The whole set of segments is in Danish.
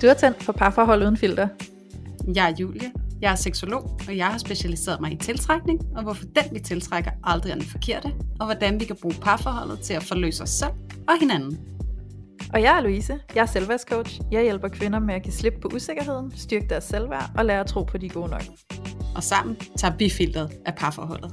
Du er tændt for parforhold uden filter. Jeg er Julie, jeg er seksolog, og jeg har specialiseret mig i tiltrækning, og hvorfor den vi tiltrækker aldrig er den forkerte, og hvordan vi kan bruge parforholdet til at forløse os selv og hinanden. Og jeg er Louise, jeg er selvværdscoach. Jeg hjælper kvinder med at give slip på usikkerheden, styrke deres selvværd og lære at tro på, de er gode nok. Og sammen tager vi filteret af parforholdet.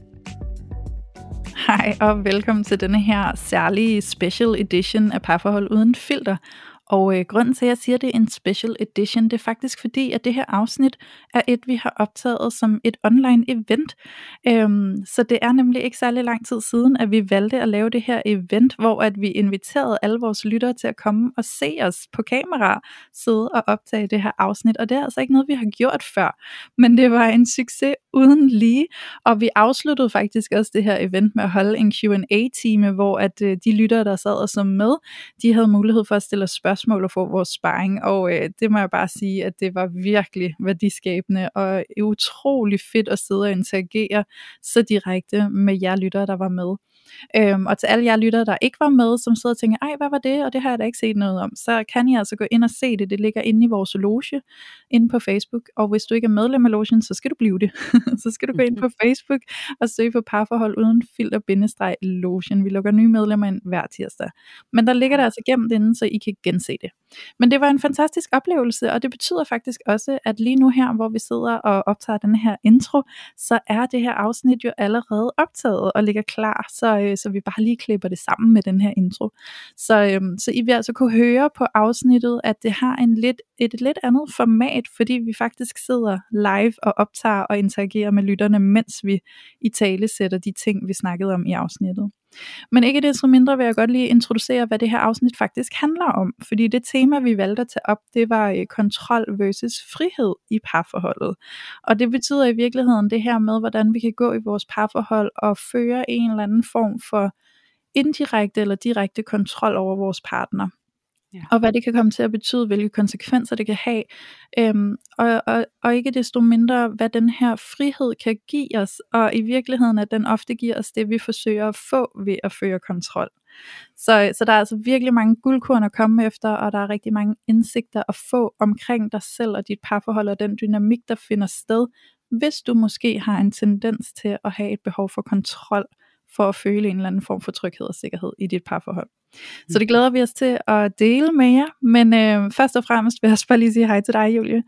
Hej og velkommen til denne her særlige special edition af Parforhold uden filter. Og grunden til, at jeg siger, at det er en special edition, det er faktisk fordi, at det her afsnit er et, vi har optaget som et online event. Så det er nemlig ikke særlig lang tid siden, at vi valgte at lave det her event, hvor at vi inviterede alle vores lyttere til at komme og se os på kamera, sidde og optage det her afsnit. Og det er altså ikke noget, vi har gjort før, men det var en succes uden lige. Og vi afsluttede faktisk også det her event med at holde en Q&A-time, hvor at de lyttere, der sad og så med, de havde mulighed for at stille os spørgsmål og få vores sparring, og det må jeg bare sige, at det var virkelig værdiskabende og utrolig fedt at sidde og interagere så direkte med jer lyttere, der var med. Og til alle jer lyttere, der ikke var med, som sidder og tænker, ej, hvad var det, og det har jeg da ikke set noget om, så kan I altså gå ind og se det. Det ligger inde i vores loge, inde på Facebook, og hvis du ikke er medlem af logen, så skal du blive det. Så skal du gå ind på Facebook og søge på parforhold uden filter-logen. Vi lukker nye medlemmer ind hver tirsdag. Men der ligger der altså gemt inde, så I kan gense det. Men det var en fantastisk oplevelse, og det betyder faktisk også, at lige nu her, hvor vi sidder og optager den her intro, så er det her afsnit jo allerede optaget og ligger klar, så vi bare lige klipper det sammen med den her intro. Så I vil altså kunne høre på afsnittet, at det har et lidt andet format, fordi vi faktisk sidder live og optager og interagerer med lytterne, mens vi i tale sætter de ting, vi snakkede om i afsnittet. Men ikke desto mindre vil jeg godt lige introducere, hvad det her afsnit faktisk handler om, fordi det tema, vi valgte at tage op, det var kontrol versus frihed i parforholdet. Og det betyder i virkeligheden det her med, hvordan vi kan gå i vores parforhold og føre en eller anden form for indirekte eller direkte kontrol over vores partner. Ja. Og hvad det kan komme til at betyde, hvilke konsekvenser det kan have, og ikke desto mindre, hvad den her frihed kan give os, og i virkeligheden, at den ofte giver os det, vi forsøger at få ved at føre kontrol. Så der er altså virkelig mange guldkorn at komme efter, og der er rigtig mange indsigter at få omkring dig selv og dit parforhold, og den dynamik, der finder sted, hvis du måske har en tendens til at have et behov for kontrol, for at føle en eller anden form for tryghed og sikkerhed i dit parforhold. Så det glæder vi os til at dele med jer, men først og fremmest vil jeg også bare lige sige hej til dig, Julie.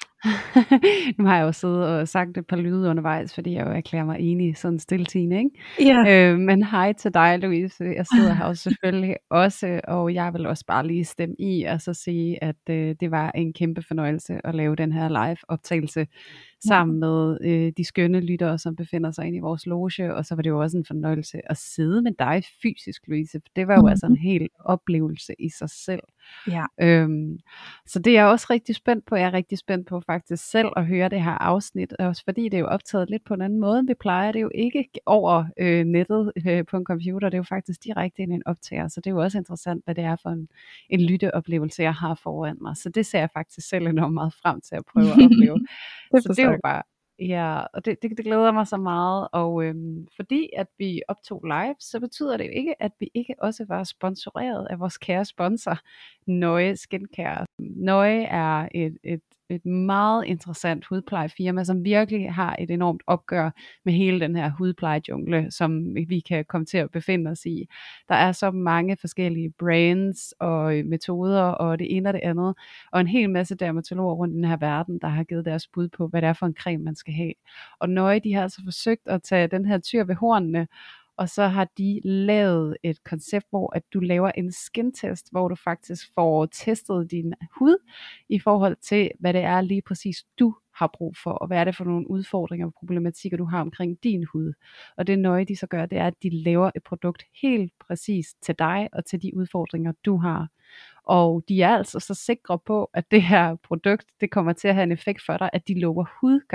Nu har jeg jo siddet og sagt et par lyde undervejs, fordi jeg jo erklærer mig enig sådan stiltigende, ikke? Ja. Men hej til dig, Louise. Jeg sidder her også selvfølgelig også, og jeg vil også bare lige stemme i og så sige, at det var en kæmpe fornøjelse at lave den her live optagelse sammen med de skønne lyttere, som befinder sig inde i vores loge, og så var det jo også en fornøjelse at sidde med dig fysisk, Louise. Det var jo altså en hel oplevelse i sig selv. Ja. Så det er jeg også rigtig spændt på. Jeg er rigtig spændt på faktisk selv at høre det her afsnit, også fordi det er jo optaget lidt på en anden måde. Vi plejer det jo ikke over nettet på en computer, det er jo faktisk direkte ind i en optager, så det er jo også interessant, hvad det er for en lytteoplevelse, jeg har foran mig. Så det ser jeg faktisk selv enormt meget frem til at prøve at opleve. Så det er jo bare, ja, og det glæder mig så meget, og fordi at vi optog live, så betyder det jo ikke, at vi ikke også var sponsoreret af vores kære sponsor, Nøje Skincare. Nøje er et meget interessant hudplejefirma, som virkelig har et enormt opgør med hele den her hudplejejungle, som vi kan komme til at befinde os i. Der er så mange forskellige brands og metoder og det ene og det andet, og en hel masse dermatologer rundt i den her verden, der har givet deres bud på, hvad det er for en creme, man skal have. Og Nøje, de har altså forsøgt at tage den her tyr ved hornene, og så har de lavet et koncept, hvor at du laver en skintest, hvor du faktisk får testet din hud i forhold til, hvad det er lige præcis du har brug for, og hvad er det for nogle udfordringer og problematikker, du har omkring din hud. Og det Nøje, de så gør, det er, at de laver et produkt helt præcis til dig, og til de udfordringer, du har. Og de er altså så sikre på, at det her produkt, det kommer til at have en effekt for dig, at de lover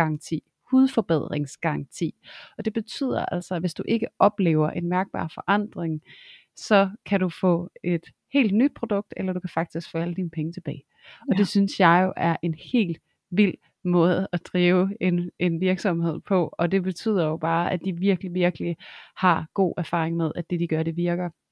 hudforbedringsgaranti. Og det betyder altså, at hvis du ikke oplever en mærkbar forandring, så kan du få et helt nyt produkt, eller du kan faktisk få alle dine penge tilbage. Og det synes jeg jo er en helt vild måde at drive en virksomhed på, og det betyder jo bare, at de virkelig, virkelig har god erfaring med, at det de gør, det virker.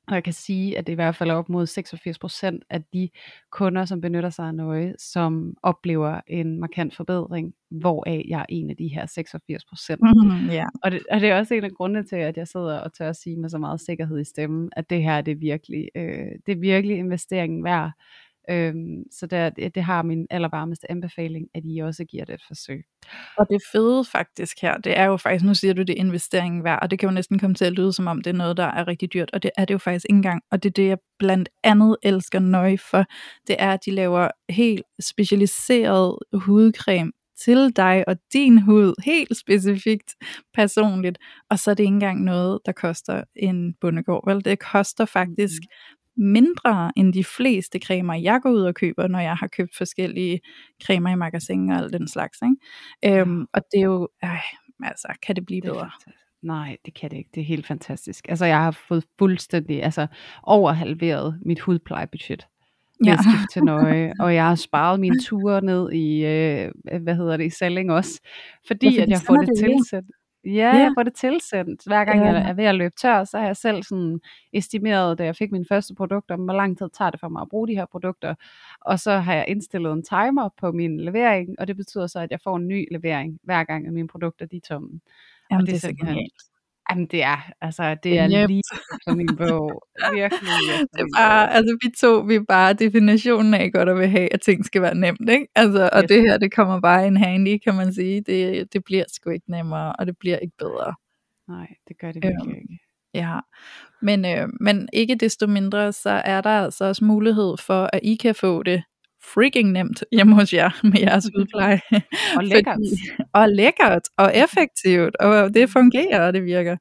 Og jeg kan sige, at det i hvert fald er op mod 86% af de kunder, som benytter sig af Nøje, som oplever en markant forbedring, hvoraf jeg er en af de her 86%. Ja. Og det er også en af grundene til, at jeg sidder og tør at sige med så meget sikkerhed i stemmen, at det her det er virkelig investeringen værd. Så det har min allervarmeste anbefaling, at I også giver det et forsøg. Og det fede faktisk her, det er jo faktisk, nu siger du, det er investeringen værd, og det kan jo næsten komme til at lyde som om, det er noget, der er rigtig dyrt, og det er det jo faktisk ikke engang. Og det er det, jeg blandt andet elsker Nøje for, det er, at de laver helt specialiseret hudcreme til dig og din hud, helt specifikt personligt, og så er det ikke engang noget, der koster en bondegård, vel? Det koster faktisk mindre end de fleste cremer, jeg går ud og køber, når jeg har købt forskellige cremer i magasin og alt den slags. Ikke? Og det er jo, altså, kan det blive bedre? Nej, det kan det ikke. Det er helt fantastisk. Altså, jeg har fået fuldstændig, overhalveret mit hudplejebudget. Jeg skifter til Nøje, og jeg har sparet mine ture ned i i Salling også, fordi at jeg får det tilsendt. Ja, jeg får det tilsendt. Hver gang jeg er ved at løbe tør, så har jeg selv sådan estimeret, da jeg fik mine første produkter, hvor lang tid tager det for mig at bruge de her produkter. Og så har jeg indstillet en timer på min levering, og det betyder så, at jeg får en ny levering, hver gang mine produkter de er tomme. Jamen, og det er simpelthen... Jamen det er lige for min bog. Virkelig. Det er bare, vi er bare definitionen af godt at vil have, at ting skal være nemt, ikke? Altså, og det her, det kommer bare en handy, kan man sige. Det bliver sgu ikke nemmere, og det bliver ikke bedre. Nej, det gør det virkelig ikke. Ja, men ikke desto mindre, så er der altså også mulighed for, at I kan få det freaking nemt hjemme hos jer med jeres hudpleje. Og lækkert. Og lækkert, og effektivt, og det fungerer, og det virker.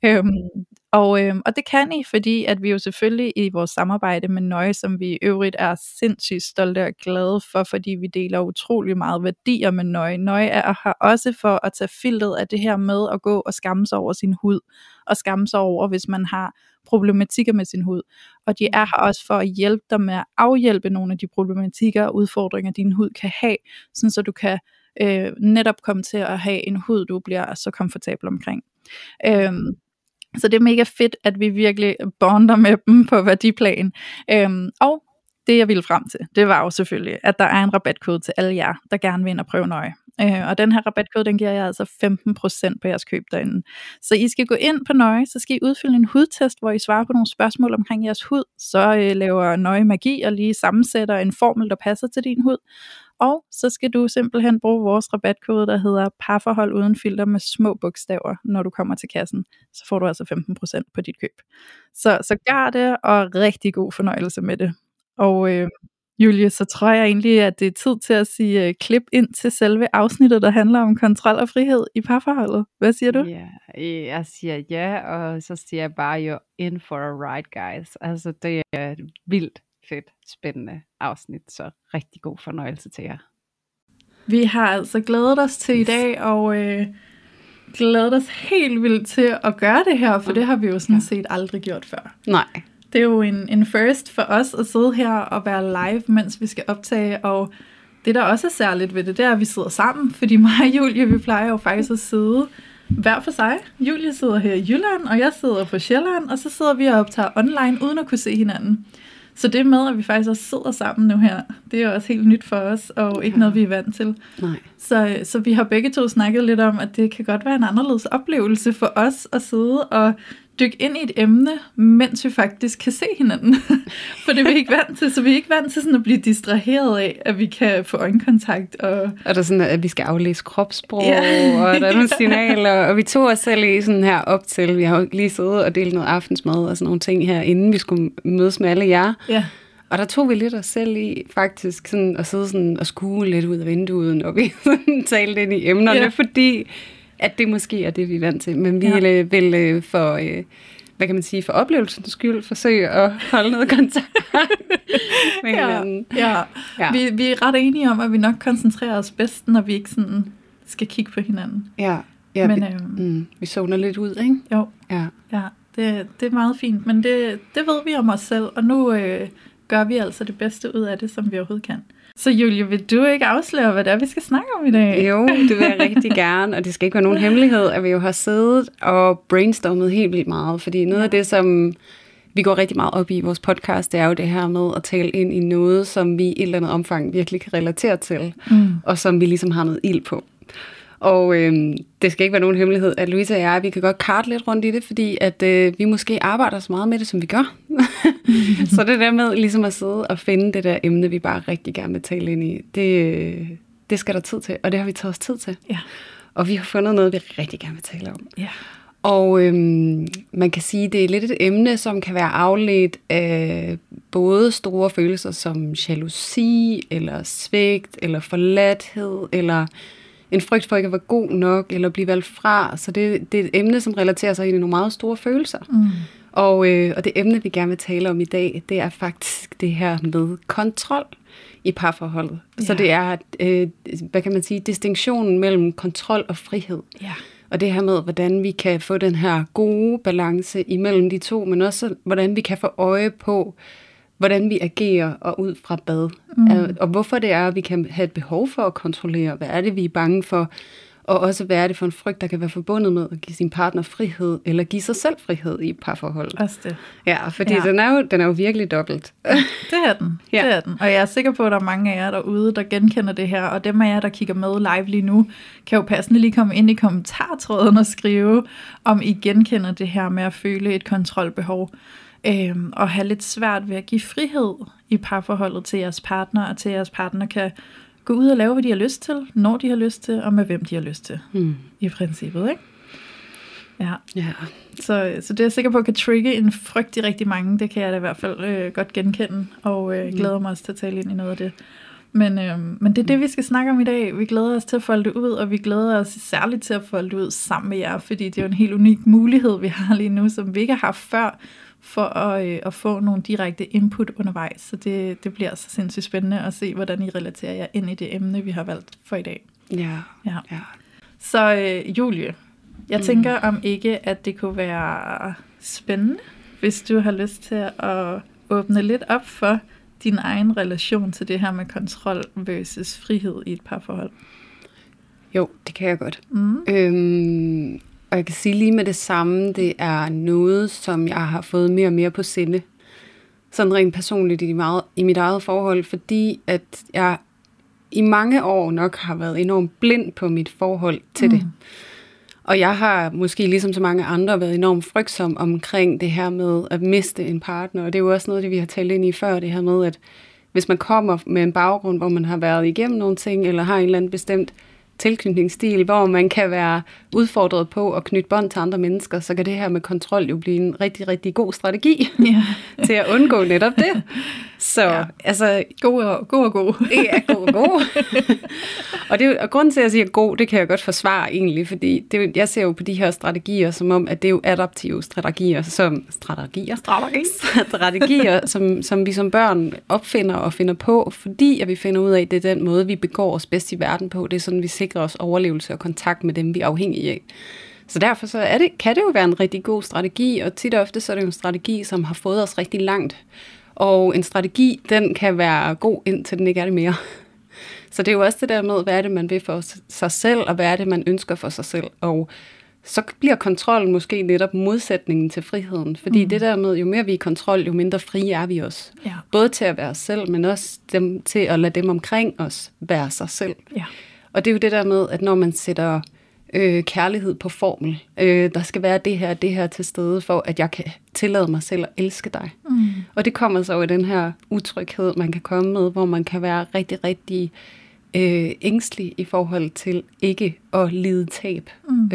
Og det kan I, fordi at vi jo selvfølgelig i vores samarbejde med Nøje, som vi i øvrigt er sindssygt stolte og glade for, fordi vi deler utrolig meget værdier med Nøje. Nøje er her også for at tage filteret af det her med at gå og skamme sig over sin hud, og skamme sig over, hvis man har problematikker med sin hud. Og de er her også for at hjælpe dig med at afhjælpe nogle af de problematikker og udfordringer, din hud kan have, sådan så du kan netop komme til at have en hud, du bliver så komfortabel omkring. Så det er mega fedt, at vi virkelig bonder med dem på værdiplan. Og det jeg ville frem til, det var jo selvfølgelig, at der er en rabatkode til alle jer, der gerne vil ind og prøve Nøje. Og den her rabatkode, den giver jeg altså 15% på jeres køb derinde. Så I skal gå ind på Nøje, så skal I udfylde en hudtest, hvor I svarer på nogle spørgsmål omkring jeres hud. Så laver Nøje magi og lige sammensætter en formel, der passer til din hud. Og så skal du simpelthen bruge vores rabatkode, der hedder parforhold uden filter med små bogstaver, når du kommer til kassen. Så får du altså 15% på dit køb. Så gør det, og rigtig god fornøjelse med det. Og Julie, så tror jeg egentlig, at det er tid til at sige klip ind til selve afsnittet, der handler om kontrol og frihed i parforholdet. Hvad siger du? Ja, jeg siger ja, og så siger jeg bare, you're in for a ride, guys. Altså, det er et vildt fedt, spændende afsnit, så rigtig god fornøjelse til jer. Vi har altså glædet os til i dag, og glædet os helt vildt til at gøre det her, for det har vi jo sådan set aldrig gjort før. Nej. Det er jo en first for os at sidde her og være live, mens vi skal optage, og det der også er særligt ved det, det er, at vi sidder sammen, fordi mig og Julie, vi plejer jo faktisk at sidde hver for sig. Julie sidder her i Jylland, og jeg sidder på Sjælland, og så sidder vi og optager online, uden at kunne se hinanden. Så det med, at vi faktisk også sidder sammen nu her, det er også helt nyt for os, og ikke noget, vi er vant til. Nej. Så vi har begge to snakket lidt om, at det kan godt være en anderledes oplevelse for os at sidde og dykke ind i et emne, mens vi faktisk kan se hinanden. For det er vi ikke vant til, så vi er ikke vant til sådan at blive distraheret af, at vi kan få øjenkontakt. Og der er sådan, at vi skal aflæse kropssprog, og der er nogle signaler, og vi tog os selv i sådan her op til, vi har jo lige siddet og delt noget aftensmad og sådan nogle ting her, inden vi skulle mødes med alle jer. Ja. Og der tog vi lidt os selv i, faktisk, sådan, at sidde sådan og skue lidt ud af vinduet, når vi sådan talte ind i emnerne, fordi at det måske er det, vi er vant til. Men vi vil for, hvad kan man sige, for oplevelsens skyld forsøge at holde noget kontakt med hinanden. Ja. Vi er ret enige om, at vi nok koncentrerer os bedst, når vi ikke sådan skal kigge på hinanden. Ja, men, vi zoner lidt ud, ikke? Jo, ja. Det er meget fint, men det ved vi om os selv, og nu gør vi altså det bedste ud af det, som vi overhovedet kan. Så Julie, vil du ikke afsløre, hvad det er, vi skal snakke om i dag? Jo, det vil jeg rigtig gerne, og det skal ikke være nogen hemmelighed, at vi jo har siddet og brainstormet helt vildt meget, fordi noget af det, som vi går rigtig meget op i vores podcast, det er jo det her med at tale ind i noget, som vi i et eller andet omfang virkelig kan relatere til, og som vi ligesom har noget ild på. Og det skal ikke være nogen hemmelighed, at Louise og jeg, vi kan godt karte lidt rundt i det, fordi at vi måske arbejder så meget med det, som vi gør. Så det der med ligesom at sidde og finde det der emne, vi bare rigtig gerne vil tale ind i, det skal der tid til, og det har vi taget os tid til. Ja. Og vi har fundet noget, vi rigtig gerne vil tale om. Ja. Og man kan sige, det er lidt et emne, som kan være afledt af både store følelser som jalousi, eller svigt, eller forladthed, eller en frygt for ikke at være god nok, eller blive valgt fra. Så det er et emne, som relaterer sig ind i nogle meget store følelser. Og det emne, vi gerne vil tale om i dag, det er faktisk det her med kontrol i parforholdet. Ja. Så det er, hvad kan man sige, distinktionen mellem kontrol og frihed. Ja. Og det her med, hvordan vi kan få den her gode balance imellem de to, men også hvordan vi kan få øje på, hvordan vi agerer og ud fra hvad. Og hvorfor det er, at vi kan have et behov for at kontrollere. Hvad er det, vi er bange for? Og også, hvad er det for en frygt, der kan være forbundet med at give sin partner frihed, eller give sig selv frihed i et parforhold. Også det. Ja, fordi den er jo virkelig dobbelt. Det er den. Ja. Det er den. Og jeg er sikker på, at der er mange af jer derude, der genkender det her. Og dem af jer, der kigger med live lige nu, kan jo passende lige komme ind i kommentartråden og skrive, om I genkender det her med at føle et kontrolbehov. Og have lidt svært ved at give frihed i parforholdet til jeres partner, og til jeres partner kan gå ud og lave, hvad de har lyst til, når de har lyst til, og med hvem de har lyst til, i princippet, ikke? Ja. Så det er jeg sikker på, kan trigge en frygt i rigtig mange. Det kan jeg da i hvert fald godt genkende, og glæder mig også til at tale ind i noget af det. Men det er det, vi skal snakke om i dag. Vi glæder os til at folde det ud, og vi glæder os særligt til at folde det ud sammen med jer, fordi det er jo en helt unik mulighed, vi har lige nu, som vi ikke har haft før, for at få nogle direkte input undervejs. Så det bliver så sindssygt spændende at se, hvordan I relaterer jer ind i det emne, vi har valgt for i dag. Ja. Så Julie, jeg tænker om ikke, at det kunne være spændende, hvis du har lyst til at åbne lidt op for din egen relation til det her med kontrol versus frihed i et parforhold. Jo, det kan jeg godt. Og jeg kan sige lige med det samme, det er noget, som jeg har fået mere og mere på sinde. Sådan rent personligt i mit eget forhold, fordi at jeg i mange år nok har været enormt blind på mit forhold til det. Og jeg har måske ligesom så mange andre været enormt frygtsom omkring det her med at miste en partner. Og det er jo også noget, det vi har talt ind i før, det her med, at hvis man kommer med en baggrund, hvor man har været igennem nogle ting, eller har en eller anden bestemt tilknytningsstil, hvor man kan være udfordret på at knytte bånd til andre mennesker, så kan det her med kontrol jo blive en rigtig, rigtig god strategi til at undgå netop det. Så altså... God og god. Ja, god. Og grunden til, at jeg siger god, det kan jeg godt forsvare egentlig, fordi jeg ser jo på de her strategier, som om, at det er jo adaptive strategier, som vi som børn opfinder og finder på, fordi at vi finder ud af, at det er den måde, vi begår os bedst i verden på. Det er sådan, vi sikrer os overlevelse og kontakt med dem, vi er afhængige af. Så derfor kan det jo være en rigtig god strategi, og tit og ofte så er det jo en strategi, som har fået os rigtig langt. Og en strategi, den kan være god, indtil den ikke er det mere. Så det er jo også det der med, hvad er det, man vil for sig selv, og hvad er det, man ønsker for sig selv. Og så bliver kontrollen måske netop modsætningen til friheden. Fordi det der med, jo mere vi er i kontrol, jo mindre frie er vi også. Ja. Både til at være os selv, men også til at lade dem omkring os være sig selv. Ja. Og det er jo det der med, at når man sætter kærlighed på formel, der skal være det her til stede, for at jeg kan tillade mig selv at elske dig. Og det kommer så i den her utryghed, man kan komme med, hvor man kan være rigtig, rigtig ængstelig i forhold til ikke at lide tab.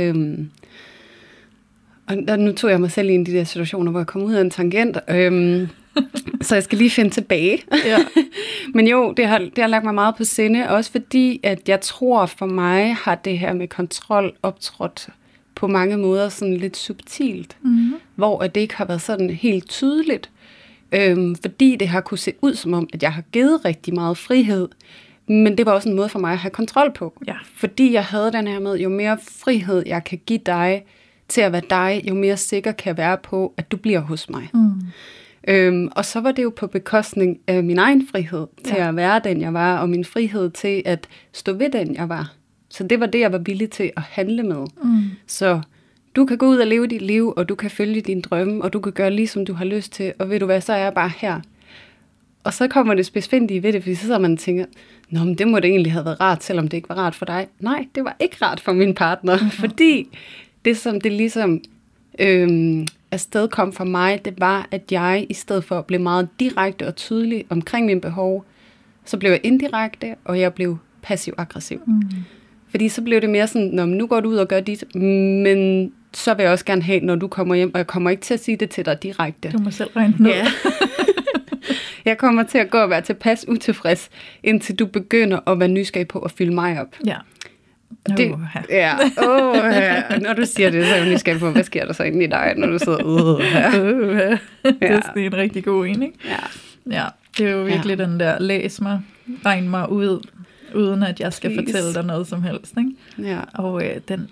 Og nu tog jeg mig selv i de der situationer, hvor jeg kom ud af en tangent, så jeg skal lige finde tilbage. Ja. Men jo, det har lagt mig meget på sinde, også fordi, at jeg tror, for mig har det her med kontrol optrådt på mange måder sådan lidt subtilt, hvor det ikke har været sådan helt tydeligt, fordi det har kunne se ud som om, at jeg har givet rigtig meget frihed, men det var også en måde for mig at have kontrol på. Ja. Fordi jeg havde den her med, jo mere frihed jeg kan give dig til at være dig, jo mere sikker kan jeg være på, at du bliver hos mig. Og så var det jo på bekostning af min egen frihed til at være den, jeg var, og min frihed til at stå ved den, jeg var. Så det var det, jeg var villig til at handle med. Så Du kan gå ud og leve dit liv, og du kan følge dine drømme, og du kan gøre lige, som du har lyst til, og ved du hvad, så er jeg bare her. Og så kommer det spidsfindige ved det, fordi så sidder man og tænker, nå, men det må det egentlig have været rart, selvom det ikke var rart for dig. Nej, det var ikke rart for min partner, fordi det, som det ligesom afsted kom for mig, det var, at jeg i stedet for at blive meget direkte og tydelig omkring mine behov, så blev jeg indirekte, og jeg blev passiv-aggressiv. Fordi så blev det mere sådan, nå, nu går du ud og gør dit, men så vil jeg også gerne have, når du kommer hjem, og jeg kommer ikke til at sige det til dig direkte. Du må selv regne ned. Ja. Jeg kommer til at gå og være tilpas utilfreds, indtil du begynder at være nysgerrig på at fylde mig op. Ja. Ja. Når du siger det, så er jeg nysgerrig på, hvad sker der så inde i dig, når du sidder Det er sådan en rigtig god en, ikke? Ja, det er jo virkelig den der, læs mig, regn mig ud, uden at jeg skal fortælle dig noget som helst, ikke? Ja. Og den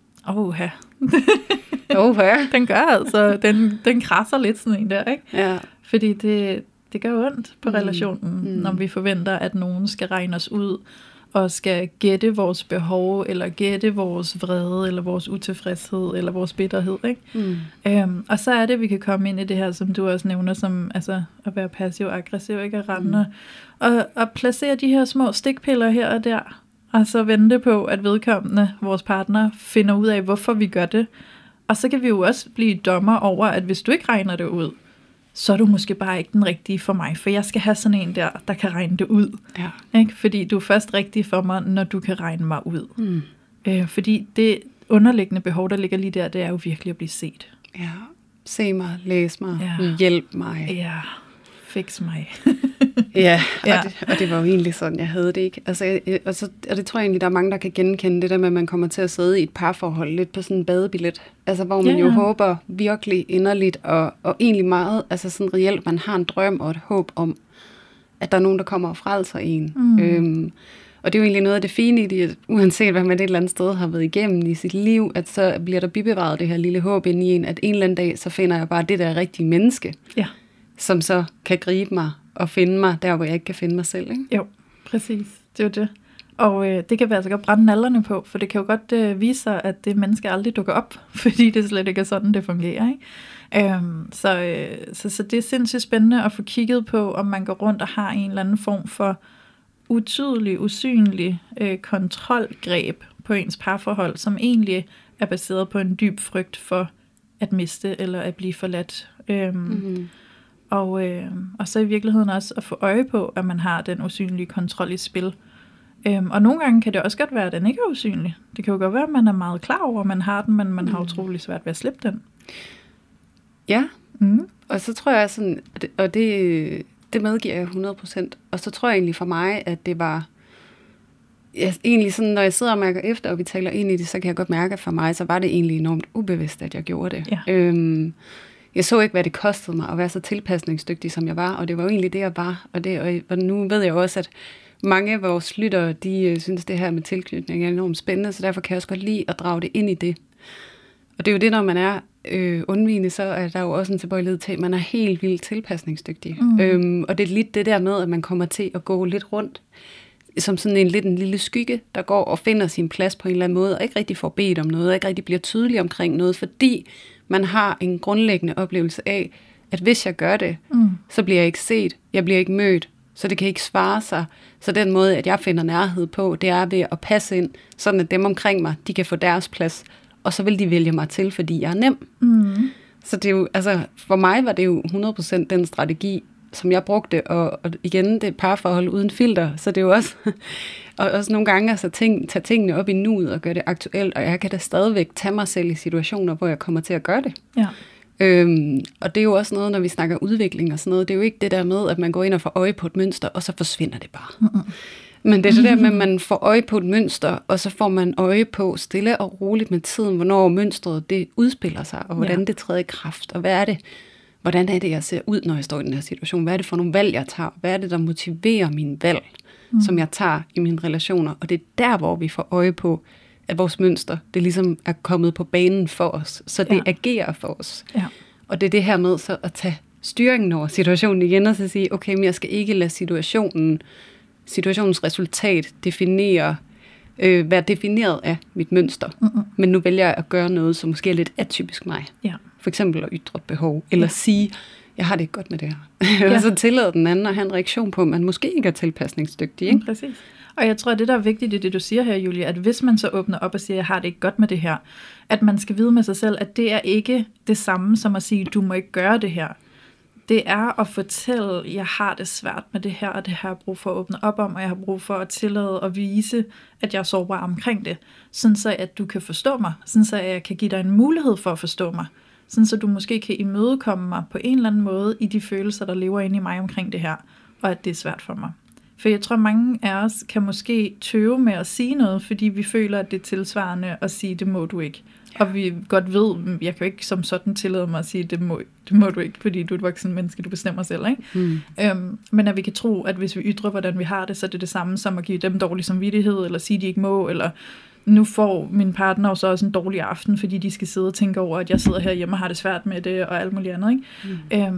den gør altså, den krasser lidt sådan en der, ikke? Ja. Fordi det gør ondt på relationen, når vi forventer, at nogen skal regne os ud, og skal gætte vores behov, eller gætte vores vrede, eller vores utilfredshed, eller vores bitterhed, ikke? Og så er det, at vi kan komme ind i det her, som du også nævner, som altså at være passiv-aggressiv, ikke? At rende og placere de her små stikpiller her og der, og så vente på, at vedkommende, vores partner, finder ud af, hvorfor vi gør det. Og så kan vi jo også blive dommer over, at hvis du ikke regner det ud, så er du måske bare ikke den rigtige for mig, for jeg skal have sådan en der kan regne det ud. Ja. Ikke? Fordi du er først rigtig for mig, når du kan regne mig ud. Fordi det underliggende behov, der ligger lige der, det er jo virkelig at blive set. Ja, se mig, læs mig, hjælp mig. Ja, fix mig. Og det var jo egentlig sådan, jeg havde det, ikke? Altså, og det tror jeg egentlig, der er mange, der kan genkende det der med, at man kommer til at sidde i et parforhold lidt på sådan en badebillet. Altså, hvor man jo håber virkelig inderligt, og egentlig meget, altså sådan reelt, man har en drøm og et håb om, at der er nogen, der kommer og frelser en. Og det er jo egentlig noget af det fine i det, uanset hvad man et eller andet sted har været igennem i sit liv, at så bliver der bibevaret det her lille håb inde i en, at en eller anden dag, så finder jeg bare det der rigtige menneske, som så kan gribe mig og finde mig der, hvor jeg ikke kan finde mig selv, ikke? Jo, præcis. Det er jo det. Og det kan vi altså godt brænde nallerne på, for det kan jo godt vise sig, at det menneske aldrig dukker op, fordi det slet ikke er sådan, det fungerer, ikke? Så det er sindssygt spændende at få kigget på, om man går rundt og har en eller anden form for utydelig, usynlig kontrolgreb på ens parforhold, som egentlig er baseret på en dyb frygt for at miste eller at blive forladt. Og så i virkeligheden også at få øje på, at man har den usynlige kontrol i spil. Og nogle gange kan det også godt være, at den ikke er usynlig. Det kan jo godt være, at man er meget klar over, at man har den, men man har utrolig svært ved at slippe den. Ja, og så tror jeg sådan, og det medgiver jeg 100%. Og så tror jeg egentlig for mig, at det var, egentlig sådan, når jeg sidder og mærker efter, og vi taler ind i det, så kan jeg godt mærke, at for mig, så var det egentlig enormt ubevidst, at jeg gjorde det. Ja. Jeg så ikke, hvad det kostede mig at være så tilpasningsdygtig, som jeg var, og det var jo egentlig det, jeg var. Og nu ved jeg også, at mange af vores lyttere, de synes, det her med tilknytning er enormt spændende, så derfor kan jeg også godt lide at drage det ind i det. Og det er jo det, når man er undvigende, så er der jo også en tilbøjelighed til, at man er helt vildt tilpasningsdygtig. Og det er lidt det der med, at man kommer til at gå lidt rundt, som sådan en lille skygge, der går og finder sin plads på en eller anden måde, og ikke rigtig får bedt om noget, og ikke rigtig bliver tydelig omkring noget, fordi man har en grundlæggende oplevelse af, at hvis jeg gør det, så bliver jeg ikke set, jeg bliver ikke mødt, så det kan ikke svare sig. Så den måde, at jeg finder nærhed på, det er ved at passe ind, sådan at dem omkring mig, de kan få deres plads, og så vil de vælge mig til, fordi jeg er nem. Så det er jo, altså, for mig var det jo 100% den strategi, som jeg brugte, og igen, det er parforhold uden filter, så det er jo også, og også nogle gange altså tage tingene op i nuet og gøre det aktuelt, og jeg kan da stadigvæk tage mig selv i situationer, hvor jeg kommer til at gøre det. Ja. Og det er jo også noget, når vi snakker udvikling og sådan noget, det er jo ikke det der med, at man går ind og får øje på et mønster, og så forsvinder det bare. Men det er det der med, at man får øje på et mønster, og så får man øje på stille og roligt med tiden, hvornår mønstret det udspiller sig, og hvordan det træder i kraft, og hvad er det, hvordan er det, jeg ser ud, når jeg står i den her situation? Hvad er det for nogle valg, jeg tager? Hvad er det, der motiverer mine valg, som jeg tager i mine relationer? Og det er der, hvor vi får øje på, at vores mønster, det ligesom er kommet på banen for os, så det agerer for os. Ja. Og det er det her med så at tage styringen over situationen igen, og så sige, okay, men jeg skal ikke lade situationens resultat definere, være defineret af mit mønster. Men nu vælger jeg at gøre noget, som måske er lidt atypisk mig. Ja. For eksempel at ytre behov, eller sige, jeg har det ikke godt med det her. Og så tillader den anden at have en reaktion på, at man måske ikke er tilpasningsdygtig. Ikke? Præcis. Og jeg tror, at det, der er vigtigt i det, du siger her, Julie, at hvis man så åbner op og siger, jeg har det ikke godt med det her, at man skal vide med sig selv, at det er ikke det samme som at sige, du må ikke gøre det her. Det er at fortælle, jeg har det svært med det her, og det har jeg brug for at åbne op om, og jeg har brug for at tillade og vise, at jeg er sårbar omkring det, sådan så at du kan forstå mig, sådan så at jeg kan give dig en mulighed for at forstå mig, sådan så du måske kan imødekomme mig på en eller anden måde i de følelser, der lever inde i mig omkring det her, og at det er svært for mig. For jeg tror, mange af os kan måske tøve med at sige noget, fordi vi føler, at det er tilsvarende at sige, det må du ikke. Ja. Og vi godt ved, jeg kan jo ikke som sådan tillade mig at sige, det må du ikke, fordi du er et voksen menneske, du bestemmer selv, ikke? Men at vi kan tro, at hvis vi ytrer, hvordan vi har det, så er det det samme som at give dem dårlig samvittighed, eller sige, de ikke må, eller nu får min partner så også en dårlig aften, fordi de skal sidde og tænke over, at jeg sidder herhjemme og har det svært med det, og alt muligt andet, ikke?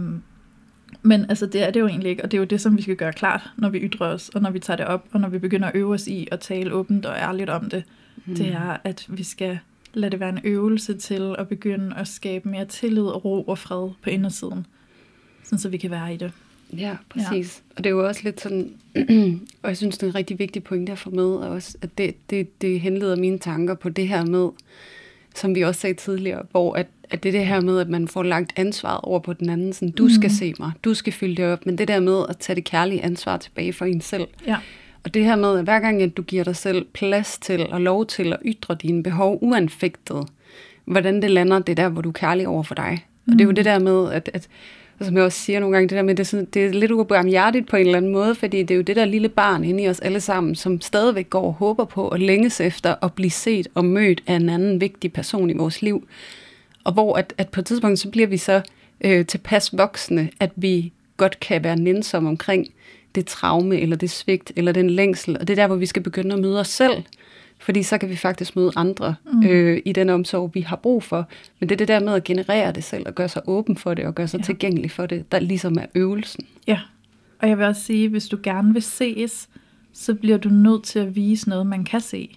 Men altså, det er det jo egentlig ikke, og det er jo det, som vi skal gøre klart, når vi ytrer os, og når vi tager det op, og når vi begynder at øve os i at tale åbent og ærligt om det. Det er, at vi skal lade det være en øvelse til at begynde at skabe mere tillid og ro og fred på indersiden, sådan så vi kan være i det. Ja, præcis. Ja. Og det er jo også lidt sådan, og jeg synes, det er en rigtig vigtig pointe at få med, også, at det henleder mine tanker på det her med, som vi også sagde tidligere, hvor at det er det her med, at man får lagt ansvaret over på den anden, sådan, du skal se mig, du skal fylde det op, men det der med at tage det kærlige ansvar tilbage for en selv. Ja. Og det her med, at hver gang at du giver dig selv plads til og lov til at ytre dine behov uanfægtet, hvordan det lander, det der, hvor du er kærlig over for dig. Og det er jo det der med, at som jeg også siger nogle gange, det der med, det er lidt ubarmhjertigt på en eller anden måde, fordi det er jo det der lille barn inde i os alle sammen, som stadigvæk går og håber på og længes efter at blive set og mødt af en anden vigtig person i vores liv. Og hvor at på et tidspunkt, så bliver vi så tilpas voksne, at vi godt kan være nænsomme omkring det traume, eller det svigt, eller den længsel. Og det er der, hvor vi skal begynde at møde os selv. Fordi så kan vi faktisk møde andre i den omsorg, vi har brug for. Men det er det der med at generere det selv, og gøre sig åben for det, og gøre sig tilgængelig for det, der ligesom er øvelsen. Ja, og jeg vil også sige, hvis du gerne vil ses, så bliver du nødt til at vise noget, man kan se.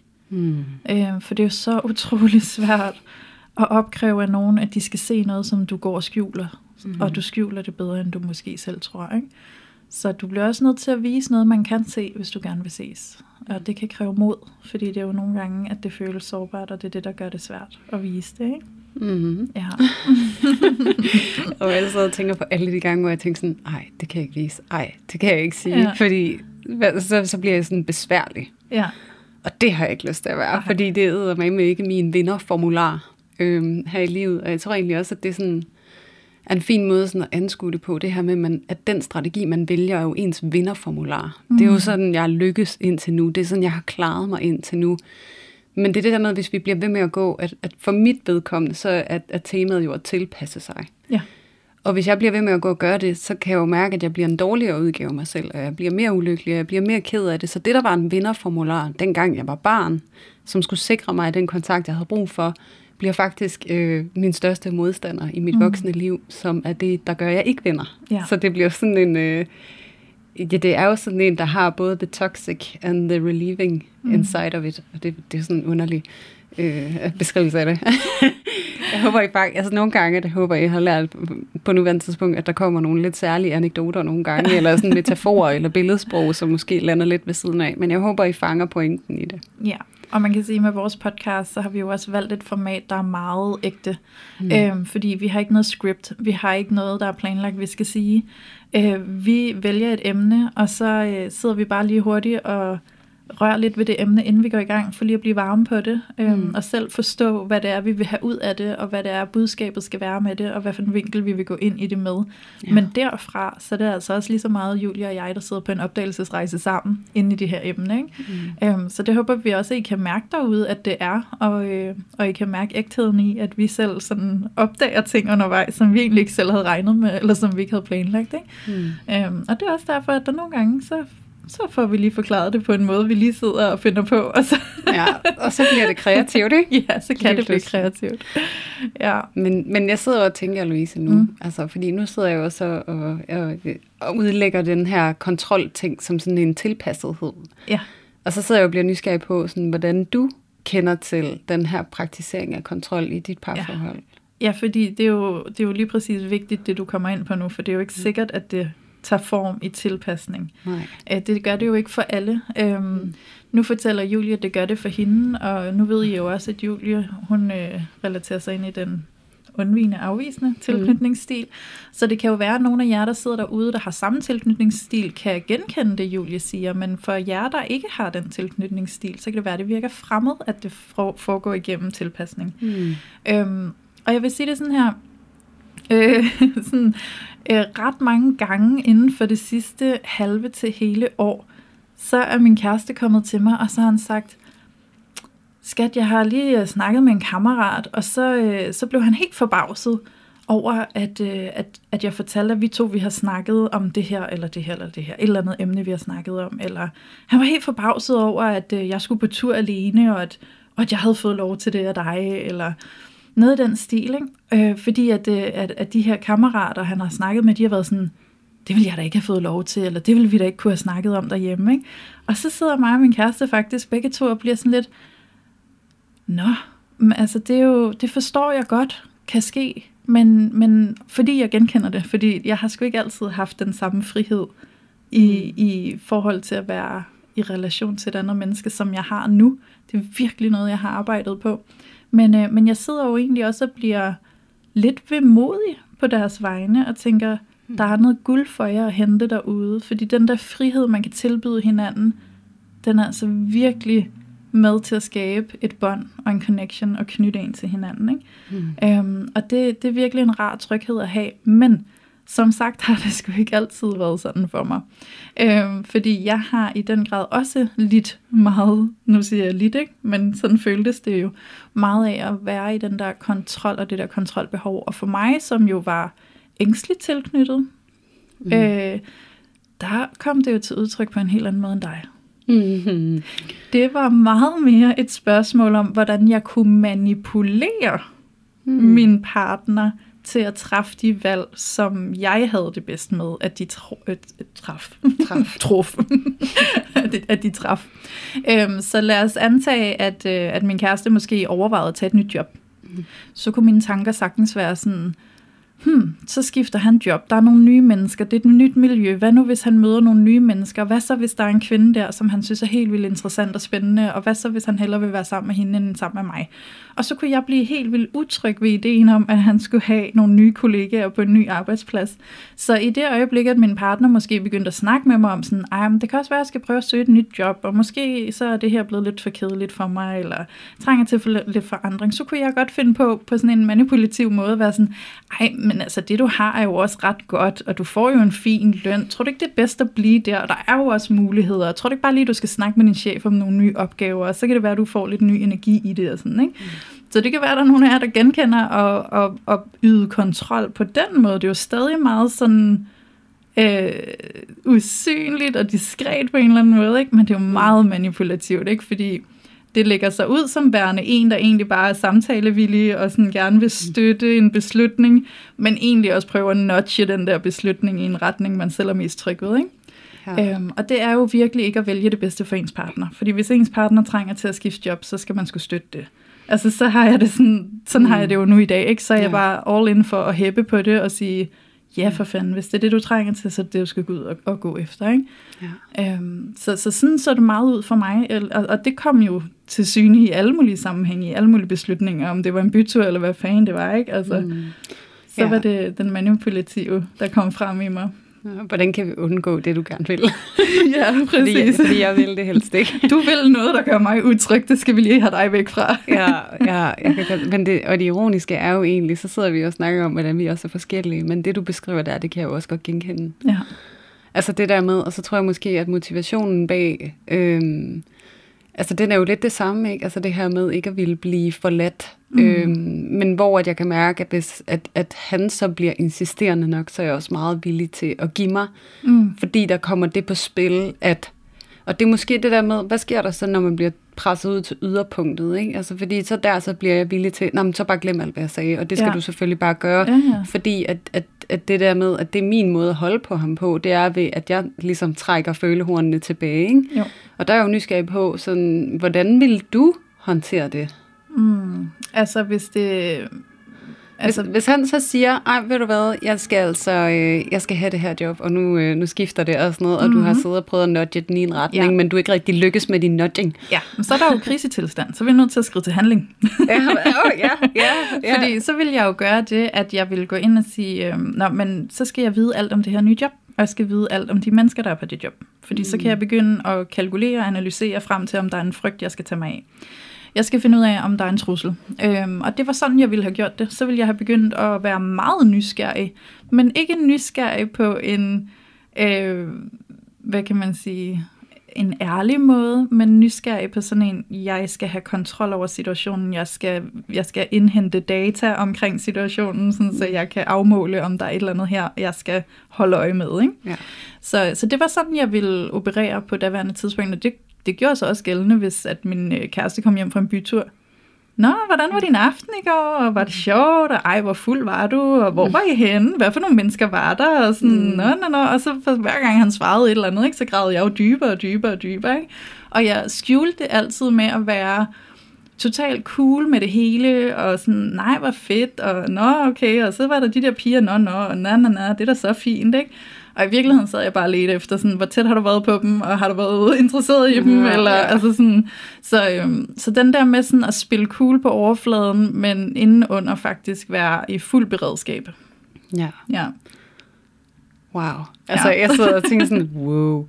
For det er jo så utroligt svært at opkræve af nogen, at de skal se noget, som du går og skjuler. Og du skjuler det bedre, end du måske selv tror, ikke? Så du bliver også nødt til at vise noget, man kan se, hvis du gerne vil ses. Og det kan kræve mod, fordi det er jo nogle gange, at det føles sårbart, og det er det, der gør det svært at vise det, ikke? Ja. Og jeg sidder og tænker på alle de gange, hvor jeg tænker sådan, ej, det kan jeg ikke vise, ej, det kan jeg ikke sige, fordi så bliver jeg sådan besværlig. Ja. Og det har jeg ikke lyst til at være, fordi det æder mig med ikke min vinderformular her i livet. Og jeg tror egentlig også, at det er sådan en fin måde sådan at anskue det på, det her med, at den strategi, man vælger, er jo ens vinderformular. Det er jo sådan, jeg lykkes indtil nu. Det er sådan, jeg har klaret mig indtil nu. Men det er det der med, hvis vi bliver ved med at gå, at for mit vedkommende, så er temaet jo at tilpasse sig. Ja. Og hvis jeg bliver ved med at gå og gøre det, så kan jeg jo mærke, at jeg bliver en dårligere udgave af mig selv, og jeg bliver mere ulykkelig, og jeg bliver mere ked af det. Så det, der var en vinderformular, dengang jeg var barn, som skulle sikre mig den kontakt, jeg havde brug for, bliver faktisk min største modstander i mit voksne liv, som er det, der gør, jeg ikke vinder. Ja. Så det bliver sådan en... det er jo sådan en, der har både the toxic and the relieving inside of it. Og det er sådan en underlig beskrivelse af det. Jeg håber I faktisk... Altså nogle gange, det håber I har lært på nuværende tidspunkt, at der kommer nogle lidt særlige anekdoter nogle gange, eller sådan metaforer eller billedsprog, som måske lander lidt ved siden af. Men jeg håber, I fanger pointen i det. Ja. Og man kan sige, at med vores podcast, så har vi jo også valgt et format, der er meget ægte. Fordi vi har ikke noget script. Vi har ikke noget, der er planlagt, vi skal sige. Vi vælger et emne, og så sidder vi bare lige hurtigt og rører lidt ved det emne, inden vi går i gang, for lige at blive varme på det. Og selv forstå, hvad det er, vi vil have ud af det, og hvad det er, budskabet skal være med det, og hvad for en vinkel vi vil gå ind i det med. Ja. Men derfra, så er det altså også lige så meget Julia og jeg, der sidder på en opdagelsesrejse sammen, inde i det her emne. Ikke? Så det håber vi også, at I kan mærke derude, at det er, og I kan mærke ægtheden i, at vi selv sådan opdager ting undervejs, som vi egentlig ikke selv havde regnet med, eller som vi ikke havde planlagt. Ikke? Og det er også derfor, at der nogle gange, så får vi lige forklaret det på en måde, vi lige sidder og finder på. Og så bliver det kreativt, ikke? Ja, så kan det blive kreativt. Ja. Men jeg sidder og tænker, Louise, nu. Altså, fordi nu sidder jeg jo også og udlægger den her kontrolting som sådan en tilpassethed. Ja. Og så sidder jeg og bliver nysgerrig på, sådan, hvordan du kender til den her praktisering af kontrol i dit parforhold. Ja, fordi det er jo lige præcis vigtigt, det du kommer ind på nu, for det er jo ikke sikkert, at det tager form i tilpasning. Nej. Det gør det jo ikke for alle. Nu fortæller Julie, at det gør det for hende, og nu ved I jo også, at Julie, hun relaterer sig ind i den undvigende, afvisende tilknytningsstil. Så det kan jo være, at nogle af jer, der sidder derude, der har samme tilknytningsstil, kan genkende det, Julie siger, men for jer, der ikke har den tilknytningsstil, så kan det være, at det virker fremmed, at det foregår igennem tilpasning. Og jeg vil sige det sådan her, ret mange gange inden for det sidste halve til hele år, så er min kæreste kommet til mig, og så har han sagt, skat, jeg har lige snakket med en kammerat, og så blev han helt forbavset over, at jeg fortalte, at vi har snakket om det her, eller det her, eller det her, et eller andet emne, vi har snakket om, eller han var helt forbavset over, at jeg skulle på tur alene, og at jeg havde fået lov til det af dig, eller noget i den stil, ikke? Fordi at de her kammerater, han har snakket med, de har været sådan, det ville jeg da ikke have fået lov til, eller det ville vi da ikke kunne have snakket om derhjemme, ikke? Og så sidder mig og min kæreste faktisk begge to og bliver sådan lidt, men altså det forstår jeg godt kan ske, men fordi jeg genkender det, fordi jeg har sgu ikke altid haft den samme frihed i forhold til at være i relation til et andet menneske, som jeg har nu. Det er virkelig noget, jeg har arbejdet på. Men jeg sidder jo egentlig også og bliver lidt vemodig på deres vegne, og tænker, der er noget guld for jer at hente derude, fordi den der frihed, man kan tilbyde hinanden, den er altså virkelig med til at skabe et bånd og en connection og knytte en til hinanden, ikke? Og det er virkelig en rar tryghed at have, men som sagt har det sgu ikke altid været sådan for mig. Fordi jeg har i den grad også lidt meget, nu siger jeg lidt, ikke? Men sådan føltes det jo meget af at være i den der kontrol og det der kontrolbehov. Og for mig, som jo var ængstligt tilknyttet, der kom det jo til udtryk på en helt anden måde end dig. Det var meget mere et spørgsmål om, hvordan jeg kunne manipulere min partner til at træffe de valg, som jeg havde det bedst med, at de traf. At de traf. Så lad os antage, at min kæreste måske overvejede at tage et nyt job. Så kunne mine tanker sagtens være sådan, så skifter han job, der er nogle nye mennesker, det er et nyt miljø, hvad nu hvis han møder nogle nye mennesker, hvad så hvis der er en kvinde der, som han synes er helt vildt interessant og spændende, og hvad så hvis han hellere vil være sammen med hende end sammen med mig. Og så kunne jeg blive helt vildt utryg ved ideen om, at han skulle have nogle nye kollegaer på en ny arbejdsplads. Så i det øjeblik, at min partner måske begyndte at snakke med mig om sådan, men det kan også være, at jeg skal prøve at søge et nyt job, og måske så er det her blevet lidt for kedeligt for mig, eller trænger til lidt forandring, så kunne jeg godt finde på sådan en manipulativ måde at være sådan, men altså det du har er jo også ret godt, og du får jo en fin løn. Tror du ikke det er bedst at blive der? Og der er jo også muligheder. Tror du ikke bare lige, du skal snakke med din chef om nogle nye opgaver, og så kan det være, at du får lidt ny energi i det og sådan, ikke? Så det kan være, at der er nogle af jer, der genkender og yde kontrol på den måde. Det er jo stadig meget sådan usynligt og diskret på en eller anden måde, ikke? Men det er jo meget manipulativt, ikke? Fordi det lægger sig ud som værende en, der egentlig bare er samtalevillig og sådan gerne vil støtte en beslutning, men egentlig også prøver at nudge den der beslutning i en retning, man selv er mest tryg ved, ikke? Ja. Og det er jo virkelig ikke at vælge det bedste for ens partner. Fordi hvis ens partner trænger til at skifte job, så skal man sgu støtte det. Altså så har jeg det sådan har jeg det jo nu i dag, ikke? Så er jeg bare all in for at hæppe på det og sige, ja for fanden, hvis det er det, du trænger til, så er det, du skal gå ud og gå efter, ikke? Ja. Så sådan så det meget ud for mig, og det kom jo til syne i alle mulige sammenhænge, i alle mulige beslutninger, om det var en bytur, eller hvad fanden det var, ikke? Altså, så var det den manipulative, der kom frem i mig. Hvordan kan vi undgå det, du gerne vil? Ja, præcis. Fordi jeg vil det helst ikke. Du vil noget, der gør mig utryg, det skal vi lige have dig væk fra. Ja, jeg kan godt, men det ironiske er jo egentlig, så sidder vi og snakker om, hvordan vi også er forskellige, men det, du beskriver der, det kan jeg jo også godt genkende. Ja. Altså det der med, og så tror jeg måske, at motivationen bag, altså den er jo lidt det samme, ikke? Altså det her med ikke at ville blive forladt, men hvor at jeg kan mærke, at hvis at han så bliver insisterende nok, så er jeg også meget villig til at give mig, fordi der kommer det på spil, og det er måske det der med, hvad sker der så, når man bliver presset ud til yderpunktet, ikke? Altså fordi så bliver jeg villig til, så bare glem alt, hvad jeg sagde, og det skal du selvfølgelig bare gøre, fordi at det der med, at det er min måde at holde på ham på, det er ved, at jeg ligesom trækker følehornene tilbage. Ikke? Jo. Og der er jo nysgerrig på, sådan, hvordan vil du håndtere det? Altså hvis det... Hvis han så siger, ej, ved du hvad, jeg skal have det her job, og nu skifter det og sådan noget, og du har siddet og prøvet at nudge den i en retning, men du ikke rigtig lykkes med din nudging. Ja, men så er der jo krisetilstand, så er vi nødt til at skride til handling. Ja. Fordi så vil jeg jo gøre det, at jeg vil gå ind og sige, men så skal jeg vide alt om det her nye job, og jeg skal vide alt om de mennesker, der er på det job. Fordi så kan jeg begynde at kalkulere og analysere frem til, om der er en frygt, jeg skal tage mig af. Jeg skal finde ud af, om der er en trussel. Og det var sådan, jeg ville have gjort det. Så ville jeg have begyndt at være meget nysgerrig. Men ikke nysgerrig på en, hvad kan man sige, en ærlig måde, men nysgerrig på sådan en, jeg skal have kontrol over situationen, jeg skal indhente data omkring situationen, sådan, så jeg kan afmåle, om der er et eller andet her, jeg skal holde øje med. Ikke? Ja. Så det var sådan, jeg ville operere på daværende tidspunkt, og det gjorde så også gældende, hvis at min kæreste kom hjem fra en bytur. Nå, hvordan var din aften i går? Og var det sjovt? Og ej, hvor fuld var du? Og hvor var I henne? Hvad for nogle mennesker var der? Og sådan, nå. Og så for hver gang han svarede et eller andet, ikke, så gravede jeg jo dybere. Ikke? Og jeg skjulte det altid med at være totalt cool med det hele, og sådan, nej, hvor fedt, og nå, okay, og så var der de der piger, og det er da så fint, ikke? Og i virkeligheden sad jeg bare lidt efter, sådan, hvor tæt har du været på dem, og har du været interesseret i dem, eller altså sådan. Så den der med sådan at spille cool på overfladen, men indenunder faktisk være i fuld beredskab. Ja. Wow. Altså, jeg sidder og tænker sådan, wow.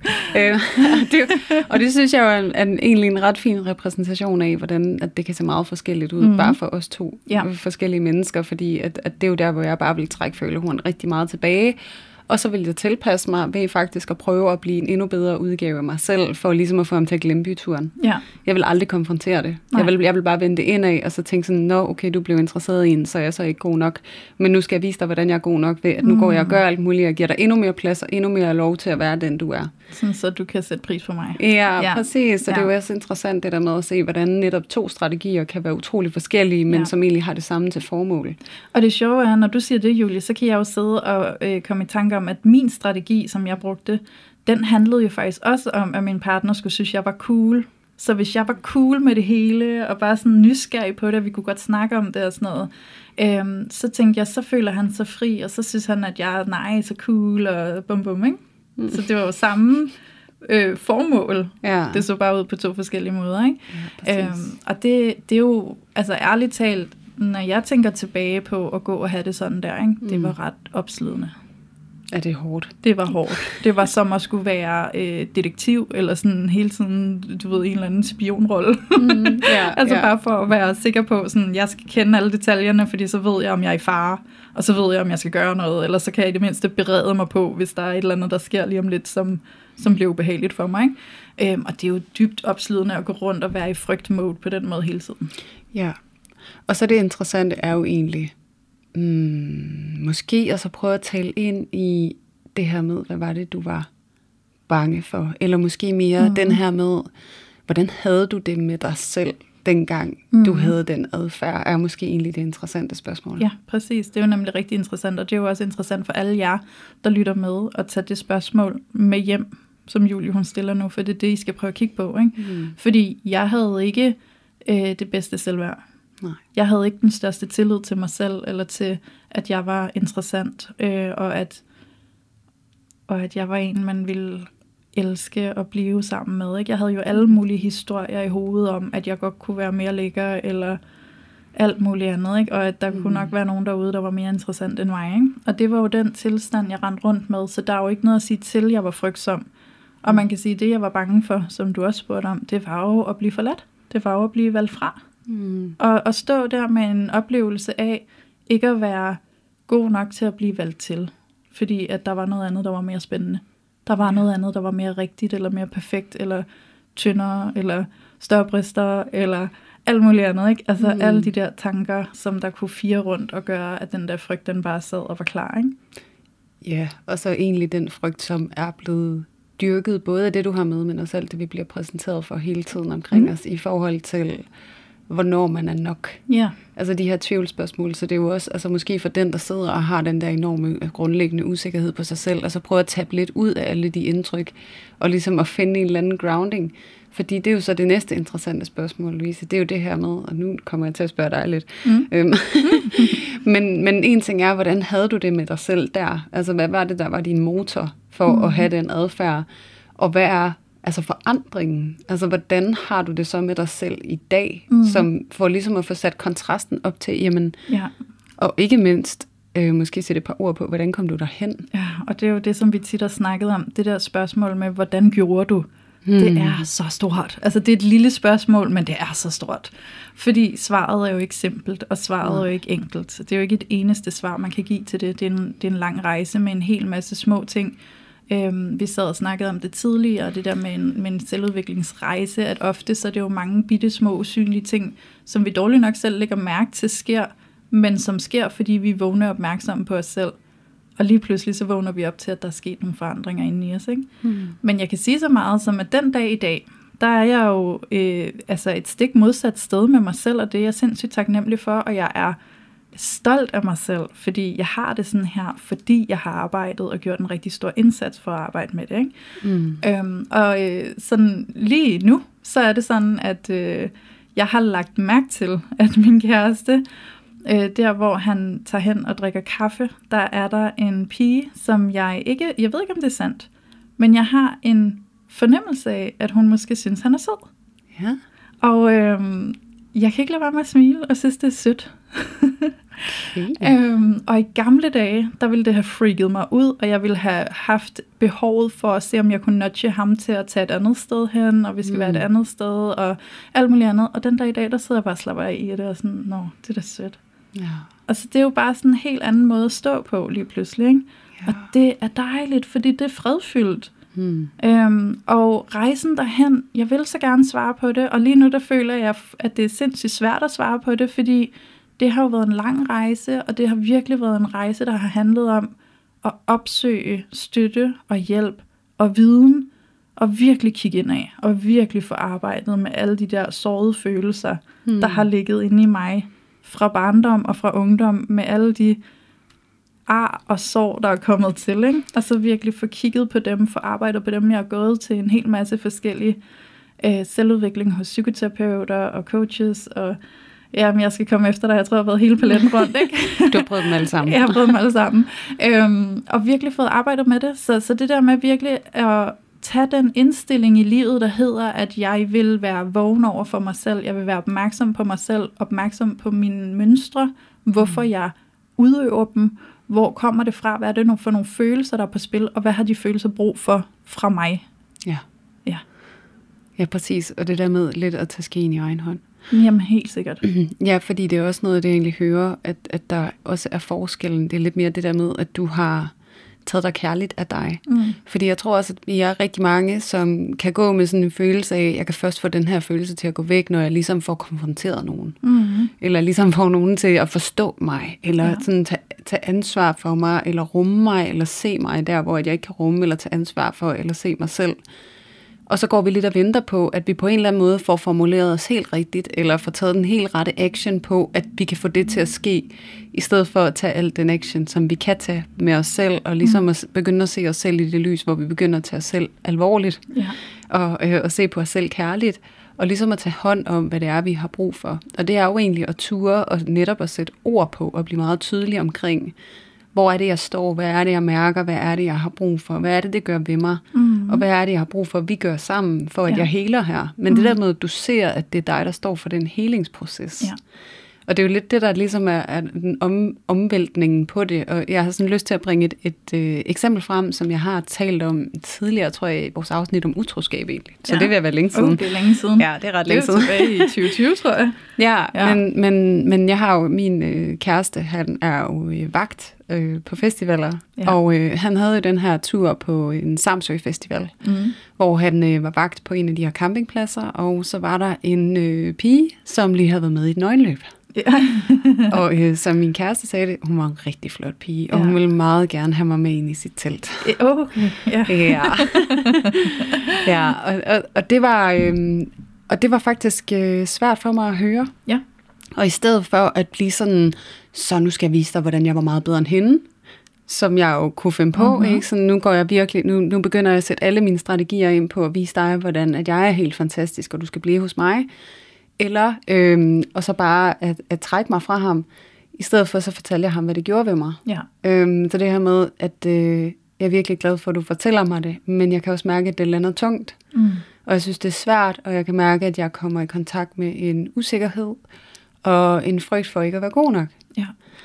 Og det synes jeg jo er egentlig en ret fin repræsentation af, hvordan at det kan se meget forskelligt ud, bare for os to forskellige mennesker, fordi at det er jo der, hvor jeg bare vil trække følehorn rigtig meget tilbage, og så vil jeg tilpasse mig ved faktisk at prøve at blive en endnu bedre udgave af mig selv, for ligesom at få ham til at glemme byturen. Ja. Jeg vil aldrig konfrontere det. Jeg vil bare vende det indad, og så tænke sådan, okay, du blev interesseret i en, så er jeg så ikke god nok. Men nu skal jeg vise dig, hvordan jeg er god nok ved, at nu går jeg og gør alt muligt, og giver dig endnu mere plads, og endnu mere lov til at være den, du er. Sådan, så du kan sætte pris på mig. Ja, præcis. Så det er jo også interessant, det der med at se, hvordan netop to strategier kan være utrolig forskellige, men som egentlig har det samme til formål. Og det sjove er, når du siger det, Julie, så kan jeg jo sidde og komme i tanke om, at min strategi, som jeg brugte, den handlede jo faktisk også om, at min partner skulle synes, jeg var cool. Så hvis jeg var cool med det hele, og bare sådan nysgerrig på det, og vi kunne godt snakke om det og sådan noget, så tænkte jeg, så føler han sig fri, og så synes han, at jeg er nice og cool, og bum, ikke? Så det var jo samme formål. Ja. Det så bare ud på to forskellige måder, ikke? Ja, og det er jo, altså ærligt talt, når jeg tænker tilbage på at gå og have det sådan der, ikke? Det var ret opslidende. Ja, det er hårdt. Det var hårdt. Det var som at skulle være detektiv, eller sådan hele tiden, du ved, en eller anden spionrolle. Bare for at være sikker på, sådan, jeg skal kende alle detaljerne, fordi så ved jeg, om jeg er i fare, og så ved jeg, om jeg skal gøre noget, eller så kan jeg i det mindste berede mig på, hvis der er et eller andet, der sker lige om lidt, som bliver ubehageligt for mig. Ikke? Og det er jo dybt opslidende at gå rundt og være i frygtmode på den måde hele tiden. Ja, og så det interessante er jo egentlig, måske og så prøve at tale ind i det her med, hvad var det, du var bange for? Eller måske mere den her med, hvordan havde du det med dig selv, dengang du havde den adfærd, er måske egentlig det interessante spørgsmål. Ja, præcis. Det er jo nemlig rigtig interessant, og det er jo også interessant for alle jer, der lytter med, at tage det spørgsmål med hjem, som Julie hun stiller nu, for det er det, I skal prøve at kigge på. Ikke? Fordi jeg havde ikke det bedste selvværd. Nej. Jeg havde ikke den største tillid til mig selv, eller til, at jeg var interessant, og at jeg var en, man ville elske at blive sammen med. Ikke? Jeg havde jo alle mulige historier i hovedet om, at jeg godt kunne være mere lækker, eller alt muligt andet, ikke? Og at der kunne nok være nogen derude, der var mere interessant end mig. Ikke? Og det var jo den tilstand, jeg rendte rundt med, så der er jo ikke noget at sige til, jeg var frygtsom. Og man kan sige, at det, jeg var bange for, som du også spurgte om, det var jo at blive forladt. Det var jo at blive valgt fra. Og stå der med en oplevelse af ikke at være god nok til at blive valgt til, fordi at der var noget andet, der var mere spændende. Der var noget andet, der var mere rigtigt, eller mere perfekt, eller tyndere, eller større bryster, eller alt muligt andet, ikke? Altså alle de der tanker, som der kunne fire rundt og gøre, at den der frygt, den bare sad og var klar, ikke? Ja, og så egentlig den frygt, som er blevet dyrket, både af det, du har med, men også alt det, vi bliver præsenteret for hele tiden omkring os, i forhold til hvornår man er nok. Ja. Altså de her tvivlsspørgsmål, så det er jo også altså måske for den, der sidder og har den der enorme grundlæggende usikkerhed på sig selv, og så prøve at tabe lidt ud af alle de indtryk, og ligesom at finde en eller anden grounding. Fordi det er jo så det næste interessante spørgsmål, Louise. Det er jo det her med, og nu kommer jeg til at spørge dig lidt. Men en ting er, hvordan havde du det med dig selv der? Altså hvad var det, der var din motor for at have den adfærd? Og hvad er altså forandringen? Altså hvordan har du det så med dig selv i dag, som for ligesom at få sat kontrasten op til, jamen, og ikke mindst, måske sætte et par ord på, hvordan kom du derhen? Ja, og det er jo det, som vi tit har snakket om, det der spørgsmål med, hvordan gjorde du? Det er så stort. Altså det er et lille spørgsmål, men det er så stort. Fordi svaret er jo ikke simpelt, og svaret er jo ikke enkelt. Det er jo ikke et eneste svar, man kan give til det. Det er en lang rejse med en hel masse små ting. Vi sad og snakkede om det tidligere, og det der med en selvudviklingsrejse, at ofte så er det jo mange bitte små usynlige ting, som vi dårligt nok selv lægger mærke til sker, men som sker, fordi vi vågner opmærksomme på os selv. Og lige pludselig så vågner vi op til, at der er sket nogle forandringer inde i os. Ikke? Men jeg kan sige så meget som, at den dag i dag, der er jeg jo altså et stik modsat sted med mig selv, og det er jeg sindssygt taknemmelig for, og jeg er stolt af mig selv, fordi jeg har det sådan her, fordi jeg har arbejdet og gjort en rigtig stor indsats for at arbejde med det. Ikke? Sådan lige nu, så er det sådan, at jeg har lagt mærke til, at min kæreste, der hvor han tager hen og drikker kaffe, der er der en pige, som jeg ved ikke om det er sandt, men jeg har en fornemmelse af, at hun måske synes, han er sød. Ja. Og jeg kan ikke lade være med at smile, og synes, det er sødt. Okay. Og i gamle dage, der ville det have freaket mig ud, og jeg ville have haft behovet for at se, om jeg kunne nudge ham til at tage et andet sted hen, og vi skal være et andet sted, og alt muligt andet. Og den dag i dag, der sidder jeg bare og slapper af i det, og sådan, det er da sødt. Ja. Og så det er jo bare sådan en helt anden måde at stå på lige pludselig, ikke? Ja. Og det er dejligt, fordi det er fredfyldt. Og rejsen derhen, jeg vil så gerne svare på det, og lige nu der føler jeg, at det er sindssygt svært at svare på det, fordi det har jo været en lang rejse, og det har virkelig været en rejse, der har handlet om at opsøge støtte og hjælp og viden, og virkelig kigge ind af, og virkelig få arbejdet med alle de der sårede følelser, der har ligget inde i mig, fra barndom og fra ungdom, med alle de ar og sår, der er kommet til, ikke? Og så virkelig få kigget på dem, få arbejdet på dem. Jeg har gået til en hel masse forskellige selvudvikling hos psykoterapeuter og coaches, og men jeg skal komme efter dig. Jeg tror, jeg har været hele paletten rundt, ikke? Du har prøvet dem alle sammen. Jeg har prøvet dem alle sammen. Og virkelig fået arbejdet med det. Så det der med virkelig at tage den indstilling i livet, der hedder, at jeg vil være vågen over for mig selv. Jeg vil være opmærksom på mig selv, opmærksom på mine mønstre, hvorfor jeg udøver dem, hvor kommer det fra, hvad er det for nogle følelser, der er på spil, og hvad har de følelser brug for fra mig? Ja. Ja. Ja, præcis. Og det der med lidt at tage skeen i egen hånd. Jamen, helt sikkert. Ja, fordi det er også noget af det, jeg egentlig hører, at der også er forskellen. Det er lidt mere det der med, at du har taget dig kærligt af dig. Fordi jeg tror også, at vi er rigtig mange, som kan gå med sådan en følelse af, jeg kan først få den her følelse til at gå væk, når jeg ligesom får konfronteret nogen. Eller ligesom får nogen til at forstå mig, eller sådan tage ansvar for mig, eller rumme mig, eller se mig der, hvor jeg ikke kan rumme, eller tage ansvar for, eller se mig selv. Og så går vi lidt og venter på, at vi på en eller anden måde får formuleret os helt rigtigt, eller får taget den helt rette action på, at vi kan få det til at ske, i stedet for at tage al den action, som vi kan tage med os selv, og ligesom at begynde at se os selv i det lys, hvor vi begynder at tage os selv alvorligt, og se på os selv kærligt, og ligesom at tage hånd om, hvad det er, vi har brug for. Og det er jo egentlig at ture og netop at sætte ord på, og blive meget tydelig omkring, hvor er det, jeg står? Hvad er det, jeg mærker? Hvad er det, jeg har brug for? Hvad er det, det gør ved mig? Og hvad er det, jeg har brug for, at vi gør sammen, for at jeg heler her? Men det der med, at du ser, at det er dig, der står for den helingsproces. Ja. Og det er jo lidt det, der ligesom er den omvæltningen på det. Og jeg har sådan lyst til at bringe et eksempel frem, som jeg har talt om tidligere, tror jeg, i vores afsnit om utroskab egentlig. Så det vil være længe siden. Det er længe siden. Ja, det er ret længe siden. Det er tilbage i 2020, tror jeg. Ja. Men jeg har jo, min kæreste, han er jo vagt på festivaler, og han havde jo den her tur på en Samsø Festival, hvor han var vagt på en af de her campingpladser, og så var der en pige, som lige havde været med i et nøgenløb. Ja. Og som min kæreste sagde det, hun var en rigtig flot pige, og hun ville meget gerne have mig med ind i sit telt. Okay, ja. Ja, og det var Og det var faktisk svært for mig at høre. Ja. Og i stedet for at blive sådan, så nu skal jeg vise dig, hvordan jeg var meget bedre end hende, som jeg jo kunne finde på, ikke? Så nu går jeg virkelig, nu begynder jeg at sætte alle mine strategier ind på at vise dig, hvordan at jeg er helt fantastisk, og du skal blive hos mig. Eller, og så bare at trække mig fra ham. I stedet for, så fortalte jeg ham, hvad det gjorde ved mig. Ja. Så det her med, at jeg er virkelig glad for, at du fortæller mig det, men jeg kan også mærke, at det lander tungt. Og jeg synes, det er svært, og jeg kan mærke, at jeg kommer i kontakt med en usikkerhed, og en frygt for ikke at være god nok. Ja.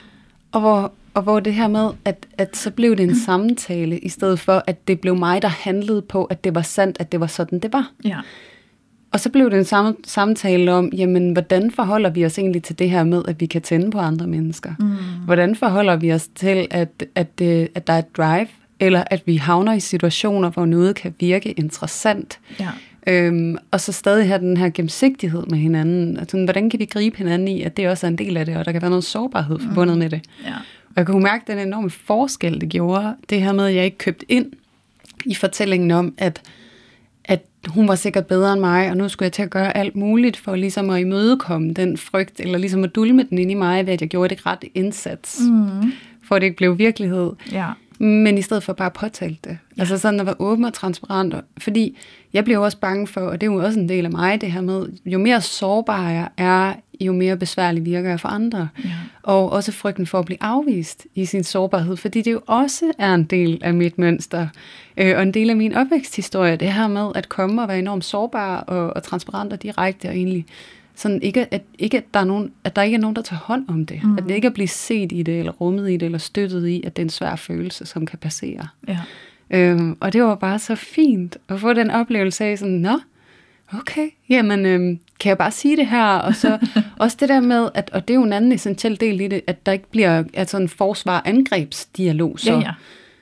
Og hvor det her med, at så blev det en samtale, i stedet for, at det blev mig, der handlede på, at det var sandt, at det var sådan, det var. Ja. Og så blev det en samtale om, jamen, hvordan forholder vi os egentlig til det her med, at vi kan tænde på andre mennesker? Hvordan forholder vi os til, at der er et drive, eller at vi havner i situationer, hvor noget kan virke interessant? Ja. Og så stadig have den her gennemsigtighed med hinanden. Altså, hvordan kan vi gribe hinanden i, at det også er en del af det, og der kan være noget sårbarhed forbundet med det. Ja. Og jeg kunne mærke den enorme forskel, det gjorde. Det her med, at jeg ikke købte ind i fortællingen om, at hun var sikkert bedre end mig, og nu skulle jeg til at gøre alt muligt for ligesom at imødekomme den frygt, eller ligesom at dulme den ind i mig, ved at jeg gjorde det ret indsats, for at det ikke blev virkelighed. Ja. Men i stedet for bare at påtale det. Ja. Altså sådan at være åben og transparent. Fordi jeg bliver også bange for, og det er jo også en del af mig, det her med, jo mere sårbar jeg er, jo mere besværlig virker jeg for andre. Ja. Og også frygten for at blive afvist i sin sårbarhed, fordi det jo også er en del af mit mønster, og en del af min opvæksthistorie, det her med at komme og være enormt sårbar og transparent og direkte, og egentlig sådan at der ikke er nogen, der tager hånd om det. At det ikke er blive set i det, eller rummet i det, eller støttet i, at det er en svær følelse, som kan passere. Ja. Og det var bare så fint at få den oplevelse af sådan, nå, okay, jamen, kan jeg bare sige det her? Og så også det der med, og det er jo en anden essentiel del i det, at der ikke bliver sådan en forsvar-angrebsdialog. Så. Ja.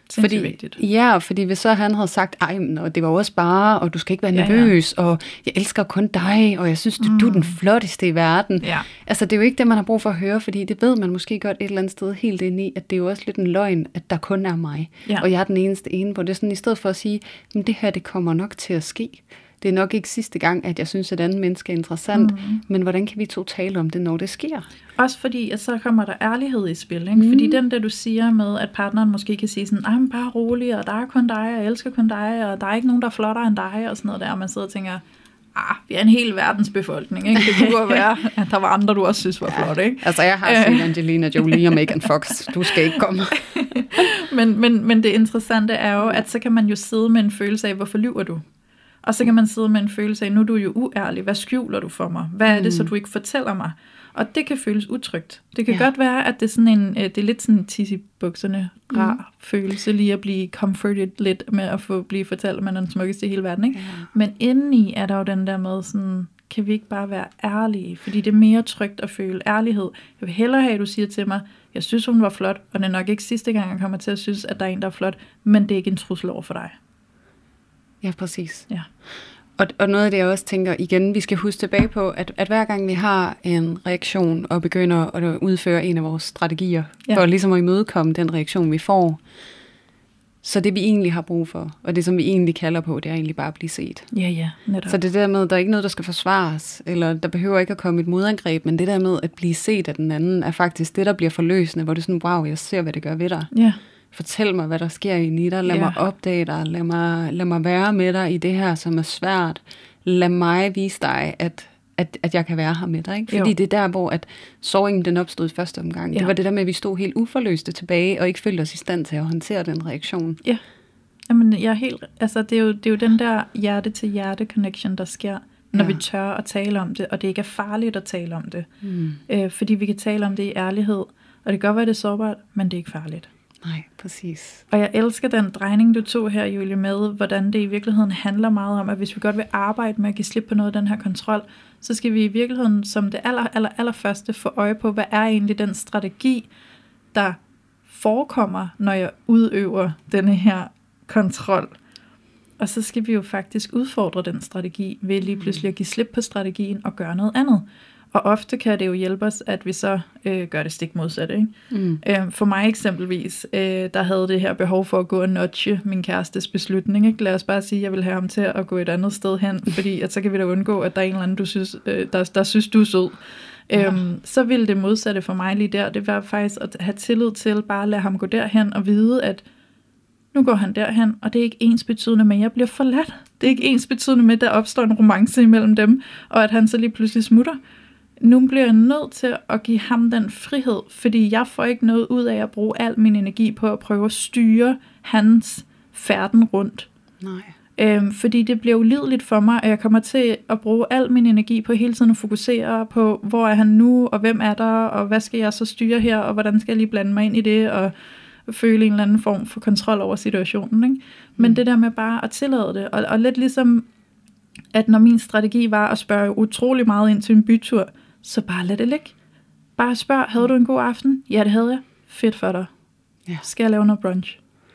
Fordi hvis så han havde sagt, og det var også bare, og du skal ikke være nervøs, og jeg elsker kun dig, og jeg synes, du er den flotteste i verden. Ja. Altså, det er jo ikke det, man har brug for at høre, fordi det ved man måske godt et eller andet sted helt ind i, at det er jo også lidt en løgn, at der kun er mig, og jeg er den eneste ene på det. Sådan, i stedet for at sige, men det her, det kommer nok til at ske. Det er nok ikke sidste gang, at jeg synes, at andet menneske er interessant, men hvordan kan vi to tale om det, når det sker? Også fordi, at så kommer der ærlighed i spil, ikke? Fordi den der, du siger med, at partneren måske kan sige sådan, bare rolig, og der er kun dig, og jeg elsker kun dig, og der er ikke nogen, der er flottere end dig, og sådan noget der, og man sidder og tænker, vi er en hel verdensbefolkning, ikke? Det kunne være, at der var andre, du også synes var flotte, ikke? Altså, jeg har set Angelina Jolie og Megan Fox. Du skal ikke komme. men det interessante er jo, at så kan man jo sidde med en følelse af, hvorfor lyver du? Og så kan man sidde med en følelse af, nu er du jo uærlig, hvad skjuler du for mig? Hvad er det, så du ikke fortæller mig? Og det kan føles utrygt. Det kan godt være, at det er, sådan det er lidt sådan en tis i bukserne, rar følelse, lige at blive comforted lidt med at blive fortalt, at man er den smukkeste i hele verden. Ikke? Ja. Men indeni er der jo den der med sådan, kan vi ikke bare være ærlige? Fordi det er mere trygt at føle ærlighed. Jeg vil hellere have, at du siger til mig, jeg synes, hun var flot, og det er nok ikke sidste gang, jeg kommer til at synes, at der er en, der er flot, men det er ikke en trussel over for dig. Ja, præcis. Ja. Og noget af det, jeg også tænker, igen, vi skal huske tilbage på, at hver gang vi har en reaktion, og begynder at udføre en af vores strategier, for ligesom at imødekomme den reaktion, vi får, så det, vi egentlig har brug for, og det, som vi egentlig kalder på, det er egentlig bare at blive set. Ja, netop. Så det der med, der er ikke noget, der skal forsvares, eller der behøver ikke at komme et modangreb, men det der med at blive set af den anden, er faktisk det, der bliver forløsende, hvor det er sådan, wow, jeg ser, hvad det gør ved dig. Ja. Fortæl mig, hvad der sker inde i dig. Lad mig opdage dig. Lad mig være med dig i det her, som er svært. Lad mig vise dig, at jeg kan være her med dig. Ikke? Fordi det er der, hvor at såringen den opstod i første omgang. Det var det der med, at vi stod helt uforløste tilbage, og ikke følte os i stand til at håndtere den reaktion. Ja. Jamen, jeg er helt, altså, det er jo den der hjerte-til-hjerte-connection, der sker, når vi tør at tale om det, og det ikke er farligt at tale om det. Fordi vi kan tale om det i ærlighed, og det kan godt være, det er sårbart, men det er ikke farligt. Nej, præcis. Og jeg elsker den drejning, du tog her, Julie, med, hvordan det i virkeligheden handler meget om, at hvis vi godt vil arbejde med at give slip på noget af den her kontrol, så skal vi i virkeligheden som det allerførste få øje på, hvad er egentlig den strategi, der forekommer, når jeg udøver denne her kontrol. Og så skal vi jo faktisk udfordre den strategi ved lige pludselig at give slip på strategien og gøre noget andet. Og ofte kan det jo hjælpe os, at vi så gør det stik modsatte. Ikke? For mig eksempelvis, der havde det her behov for at gå og nudge min kærestes beslutning. Ikke? Lad os bare sige, at jeg vil have ham til at gå et andet sted hen, fordi at så kan vi da undgå, at der er en eller anden, der synes, du er sød. Så ville det modsatte for mig lige der, det var faktisk at have tillid til bare at lade ham gå derhen og vide, at nu går han derhen, og det er ikke ensbetydende med, at jeg bliver forladt. Det er ikke ensbetydende med, at der opstår en romance imellem dem, og at han så lige pludselig smutter. Nu bliver jeg nødt til at give ham den frihed, fordi jeg får ikke noget ud af at bruge al min energi på at prøve at styre hans færden rundt. Nej. Fordi det bliver ulideligt for mig, og jeg kommer til at bruge al min energi på hele tiden at fokusere på, hvor er han nu, og hvem er der, og hvad skal jeg så styre her, og hvordan skal jeg lige blande mig ind i det, og føle en eller anden form for kontrol over situationen. Ikke? Men det der med bare at tillade det, og lidt ligesom, at når min strategi var at spørge utrolig meget ind til en bytur, så bare lad det ligge. Bare spørg, havde du en god aften? Ja, det havde jeg. Fedt for dig. Ja. Skal jeg lave noget brunch?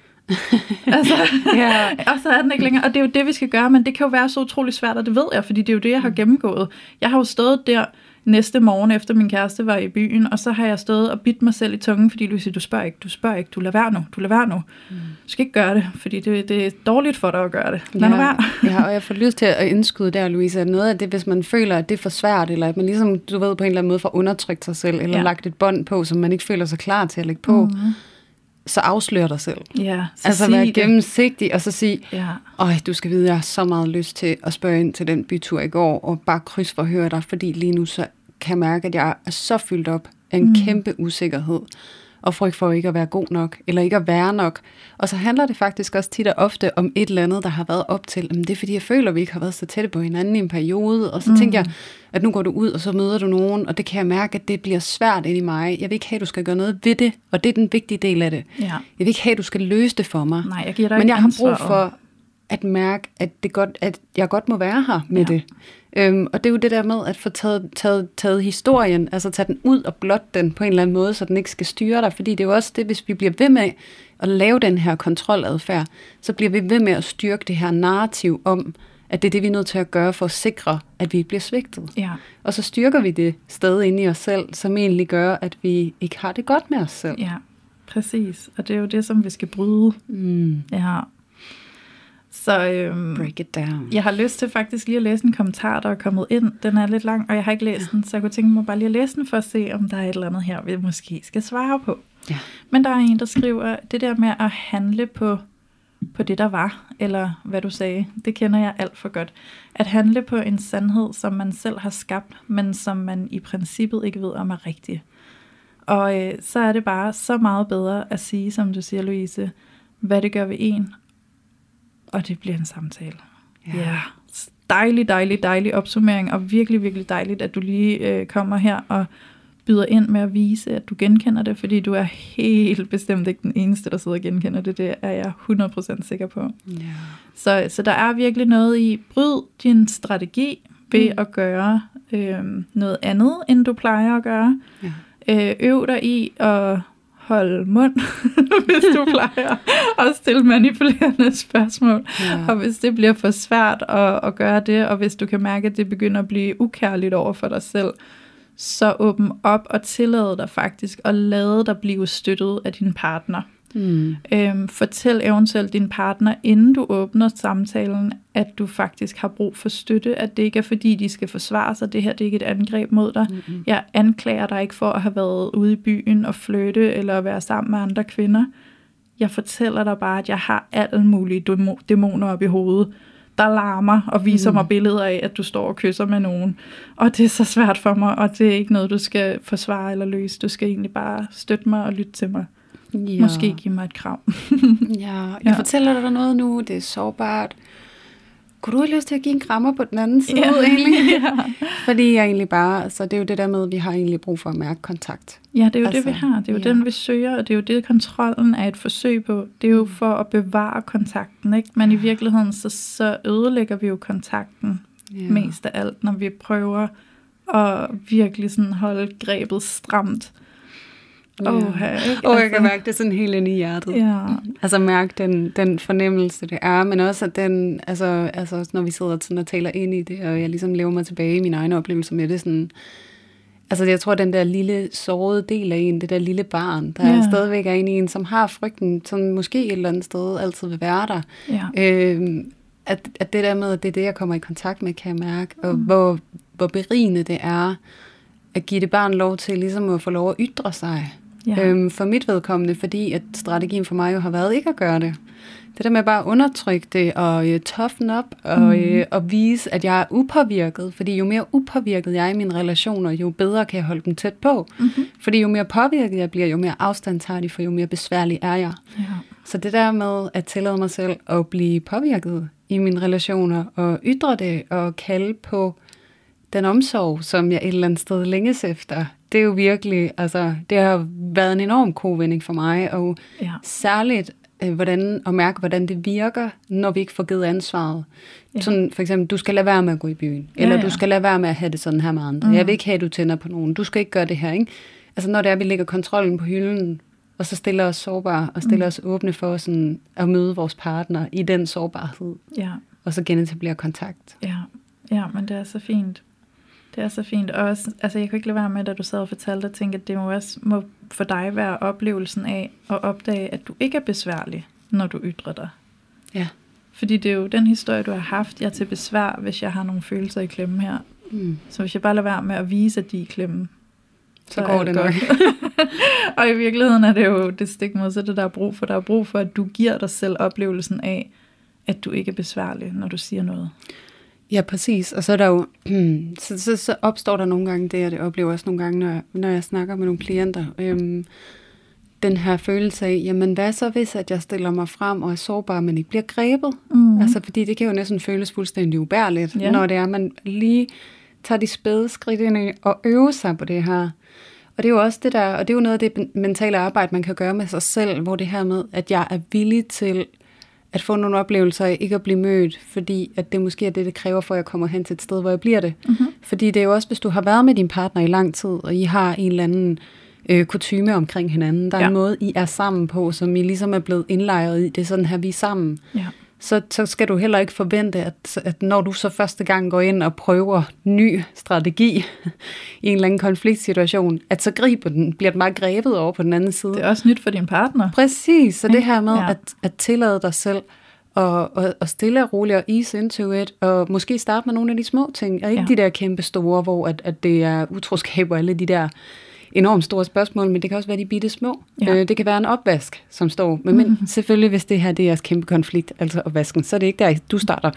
Altså, og så er den ikke længere. Og det er jo det, vi skal gøre, men det kan jo være så utrolig svært, og det ved jeg, fordi det er jo det, jeg har gennemgået. Jeg har jo stået der næste morgen, efter min kæreste var i byen, og så har jeg stået og bidt mig selv i tungen, fordi Louise, du spørger ikke, du lader være nu. Du skal ikke gøre det, fordi det er dårligt for dig at gøre det. Lad nu være. Ja, og jeg får lyst til at indskyde der, Louise, at noget af det, hvis man føler, at det er for svært, eller at man ligesom, du ved, på en eller anden måde får undertrykt sig selv, eller lagt et bånd på, som man ikke føler sig klar til at lægge på, så afslør dig selv. Ja, så altså være gennemsigtig, og så sige, du skal vide, jeg har så meget lyst til at spørge ind til den bytur i går, og bare krydsforhøre dig, fordi lige nu så kan jeg mærke, at jeg er så fyldt op af en kæmpe usikkerhed, og frygt for ikke at være god nok, eller ikke at være nok. Og så handler det faktisk også tit og ofte om et eller andet, der har været op til, men det er fordi, jeg føler, at vi ikke har været så tætte på hinanden i en periode, og så tænker jeg, at nu går du ud, og så møder du nogen, og det kan jeg mærke, at det bliver svært ind i mig. Jeg vil ikke have, at du skal gøre noget ved det, og det er den vigtige del af det. Ja. Jeg vil ikke have, at du skal løse det for mig. Nej, jeg giver dig men jeg har brug ansvar for at mærke, at jeg godt må være her med det. Og det er jo det der med at få taget historien, altså tage den ud og blot den på en eller anden måde, så den ikke skal styre dig, fordi det er jo også det, hvis vi bliver ved med at lave den her kontroladfærd, så bliver vi ved med at styrke det her narrativ om, at det er det, vi er nødt til at gøre for at sikre, at vi ikke bliver svigtet. Ja. Og så styrker vi det sted inde i os selv, som egentlig gør, at vi ikke har det godt med os selv. Ja, præcis. Og det er jo det, som vi skal bryde. Ja. Så break it down. Jeg har lyst til faktisk lige at læse en kommentar, der er kommet ind. Den er lidt lang, og jeg har ikke læst den, så jeg kunne tænke mig bare lige at læse den for at se, om der er et eller andet her, vi måske skal svare på. Ja. Men der er en, der skriver, det der med at handle på det, der var, eller hvad du sagde, det kender jeg alt for godt. At handle på en sandhed, som man selv har skabt, men som man i princippet ikke ved, om er rigtig. Og så er det bare så meget bedre at sige, som du siger, Louise, hvad det gør ved en, og det bliver en samtale. Ja. Dejlig opsummering, og virkelig, virkelig dejligt, at du lige kommer her og byder ind med at vise, at du genkender det, fordi du er helt bestemt ikke den eneste, der sidder og genkender det. Det er jeg 100% sikker på. Ja. Så der er virkelig noget i, bryd din strategi ved at gøre noget andet, end du plejer at gøre. Ja. Øv dig i at holde mund, hvis du plejer at stille manipulerende spørgsmål. Ja. Og hvis det bliver for svært at gøre det, og hvis du kan mærke, at det begynder at blive ukærligt over for dig selv, så åbn op og tillade dig faktisk at lade dig blive støttet af din partner. Fortæl eventuelt din partner, inden du åbner samtalen, at du faktisk har brug for støtte, at det ikke er fordi, de skal forsvare sig, det her det er ikke et angreb mod dig. Jeg anklager dig ikke for at have været ude i byen og flytte, eller være sammen med andre kvinder. Jeg fortæller dig bare, at jeg har alle mulige dæmoner op i hovedet, der larmer og viser mig billeder af, at du står og kysser med nogen. Og det er så svært for mig, og det er ikke noget, du skal forsvare eller løse. Du skal egentlig bare støtte mig og lytte til mig. Ja. Måske give mig et krav. Jeg fortæller dig noget nu, det er sårbart. Kunne du have lyst til at give en krammer på den anden side egentlig? Fordi jeg egentlig bare, så det er jo det der med, at vi har egentlig brug for at mærke kontakt. Ja, det er jo det, vi har. Det er jo den, vi søger, og det er jo det, kontrollen er et forsøg på. Det er jo for at bevare kontakten, ikke? Men i virkeligheden, så ødelægger vi jo kontakten mest af alt, når vi prøver at virkelig sådan holde grebet stramt. Jeg kan mærke det sådan helt inde i hjertet. Ja. Altså mærke den fornemmelse, det er, men også at den, altså når vi sidder sådan og taler ind i det, og jeg ligesom lever mig tilbage i mine egne oplevelser med det, sådan, Altså jeg tror, den der lille sårede del af en, det der lille barn, der stadigvæk er inde i en, som har frygten, som måske et eller andet sted altid vil være der. At det der med, at det er det, jeg kommer i kontakt med, kan jeg mærke, og hvor berigende det er, at give det barn lov til ligesom at få lov at ytre sig. For mit vedkommende, fordi at strategien for mig jo har været ikke at gøre det. Det der med bare at undertrykke det, og toughen up, og vise, at jeg er upåvirket. Fordi jo mere upåvirket jeg er i mine relationer, jo bedre kan jeg holde dem tæt på. Fordi jo mere påvirket jeg bliver, jo mere afstand tager de, for jo mere besværlig er jeg. Så det der med at tillade mig selv at blive påvirket i mine relationer, og ytre det, og kalde på den omsorg, som jeg et eller andet sted længes efter, det er jo virkelig, altså, det har været en enorm kovending for mig, og særligt at mærke, hvordan det virker, når vi ikke får givet ansvaret. Sådan for eksempel, du skal lade være med at gå i byen, eller du skal lade være med at have det sådan her med andre. Jeg vil ikke have, at du tænder på nogen. Du skal ikke gøre det her, ikke? Altså når det er, vi lægger kontrollen på hylden, og så stiller os sårbare, og stiller os åbne for sådan, at møde vores partner i den sårbarhed, og så genetablere kontakt. Ja, men det er så fint. Det er så fint. Og også, altså jeg kunne ikke lade være med, da du sad og fortalte, at tænke, at det må også for dig være oplevelsen af at opdage, at du ikke er besværlig, når du ytrer dig. Ja. Fordi det er jo den historie, du har haft. Jeg er til besvær, hvis jeg har nogle følelser i klemme her. Så hvis jeg bare lader være med at vise, at de er i klemme, så går det nok. Og i virkeligheden er det jo det stik modsatte, der er brug for. Der er brug for, at du giver dig selv oplevelsen af, at du ikke er besværlig, når du siger noget. Ja, præcis. Og så er der jo, så opstår der nogle gange det, og det oplever også nogle gange, når jeg snakker med nogle klienter, den her følelse af, jamen hvad så hvis, at jeg stiller mig frem og er sårbar, men ikke bliver grebet? Altså, fordi det kan jo næsten føles fuldstændig ubærligt, når det er, man lige tager de spæde skridt ind i og øver sig på det her. Og det er jo også det der, og det er jo noget af det mentale arbejde, man kan gøre med sig selv, hvor det her med, at jeg er villig til at få nogle oplevelser af ikke at blive mødt, fordi at det måske er det kræver for, at jeg kommer hen til et sted, hvor jeg bliver det. Fordi det er jo også, hvis du har været med din partner i lang tid, og I har en eller anden kutyme omkring hinanden, der er en måde, I er sammen på, som I ligesom er blevet indlejret i, det er sådan her, vi er sammen. Så skal du heller ikke forvente, at når du så første gang går ind og prøver ny strategi i en eller anden konfliktsituation, at så bliver den meget grebet over på den anden side. Det er også nyt for din partner. Præcis, så det her med at tillade dig selv og stille og roligt og ease into it, og måske starte med nogle af de små ting, og ikke de der kæmpe store, hvor at det er utroskab og alle de der enormt store spørgsmål, men det kan også være de bitte små. Det kan være en opvask, som står. Men selvfølgelig, hvis det her det er jeres kæmpe konflikt, altså opvasken, så er det ikke der, du starter.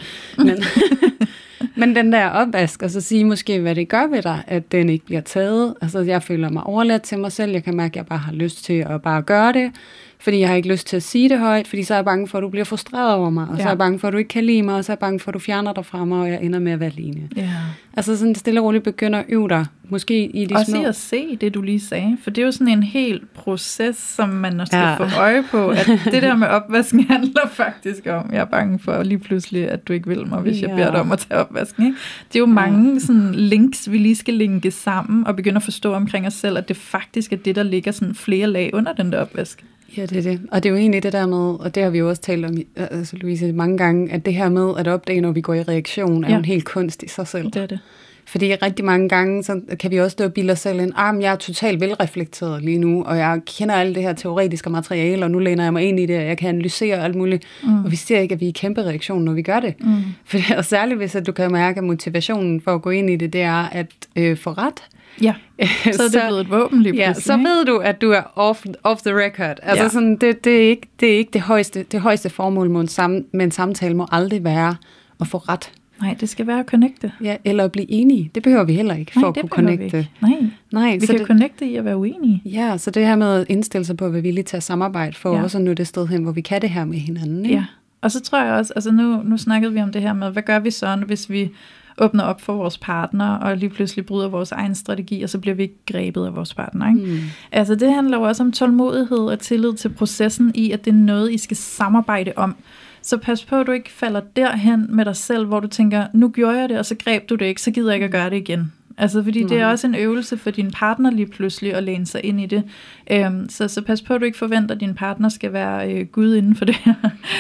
Men den der opvask, og så sige måske, hvad det gør ved dig, at den ikke bliver taget. Altså, jeg føler mig overladt til mig selv. Jeg kan mærke, at jeg bare har lyst til at bare gøre det, fordi jeg har ikke lyst til at sige det højt, fordi så er jeg bange for, at du bliver frustreret over mig, og så er jeg bange for, at du ikke kan lide mig, og så er jeg bange for, at du fjerner dig fra mig, og jeg ender med at være alene. Altså sådan stille og roligt begynder at øve dig, måske i de også små. Også at se det, du lige sagde, for det er jo sådan en hel proces, som man skal få øje på, at det der med opvasken handler faktisk om, jeg er bange for lige pludselig, at du ikke vil mig, hvis jeg beder dig om at tage opvasken. Ikke? Det er jo mange sådan links, vi lige skal linke sammen, og begynde at forstå omkring os selv, at det faktisk er det, der ligger sådan flere lag under den der opvask. Ja, det er det. Og det er jo egentlig det der med, og det har vi jo også talt om, altså Louise, mange gange, at det her med at opdage, når vi går i reaktion, er jo en helt kunst i sig selv. Det er det. Fordi rigtig mange gange, så kan vi også stå og bilde os selv ind, jeg er totalt velreflekteret lige nu, og jeg kender alt det her teoretiske materiale, og nu læner jeg mig ind i det, og jeg kan analysere alt muligt. Og vi ser ikke, at vi er i kæmpe reaktion, når vi gør det. Og særligt hvis at du kan mærke, at motivationen for at gå ind i det, det er at få ret. Ja, så er det blevet et våben lige pludselig. Ja, så ved du, at du er off the record. Altså sådan, det er ikke det højeste formål med en samtale må aldrig være at få ret. Nej, det skal være at connecte. Ja, eller at blive enige. Det behøver vi heller ikke for at kunne connecte. Nej, vi kan connecte i at være uenige. Ja, så det her med at indstille sig på at være villige til at samarbejde for også at nå det sted hen, hvor vi kan det her med hinanden. Ikke? Ja, og så tror jeg også, altså nu snakkede vi om det her med, hvad gør vi så, hvis vi åbner op for vores partner, og lige pludselig bryder vores egen strategi, og så bliver vi ikke grebet af vores partner. Ikke? Altså det handler jo også om tålmodighed og tillid til processen i, at det er noget, I skal samarbejde om. Så pas på, at du ikke falder derhen med dig selv, hvor du tænker, nu gjorde jeg det, og så greb du det ikke, så gider jeg ikke at gøre det igen. Altså, fordi det er også en øvelse for din partner lige pludselig at læne sig ind i det. Så pas på, at du ikke forventer, at din partner skal være Gud inden for det her.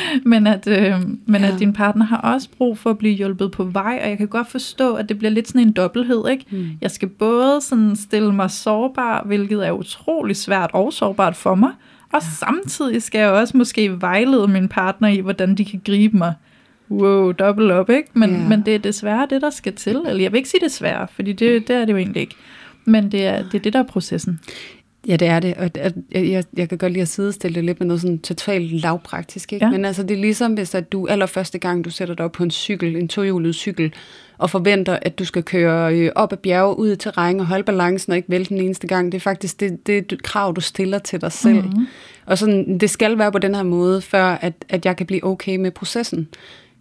men at din partner har også brug for at blive hjulpet på vej, og jeg kan godt forstå, at det bliver lidt sådan en dobbelthed, ikke? Jeg skal både sådan stille mig sårbar, hvilket er utrolig svært og sårbart for mig, og samtidig skal jeg også måske vejlede min partner i, hvordan de kan gribe mig. Wow, dobbelt op, ikke? Men det er desværre det, der skal til. Eller jeg vil ikke sige desværre, fordi det er det jo egentlig ikke. Men det er det, der er processen. Ja, det er det. Og jeg kan godt lide at sidestille det lidt med noget sådan totalt lavpraktisk, ikke? Ja. Men altså, det er ligesom, hvis at du allerførste gang, du sætter dig op på en cykel, en tohjulet cykel, og forventer, at du skal køre op ad bjerge, ud i terræn og holde balancen og ikke vælte den eneste gang. Det er faktisk det krav, du stiller til dig selv. Mm-hmm. Og sådan, det skal være på den her måde, før at jeg kan blive okay med processen.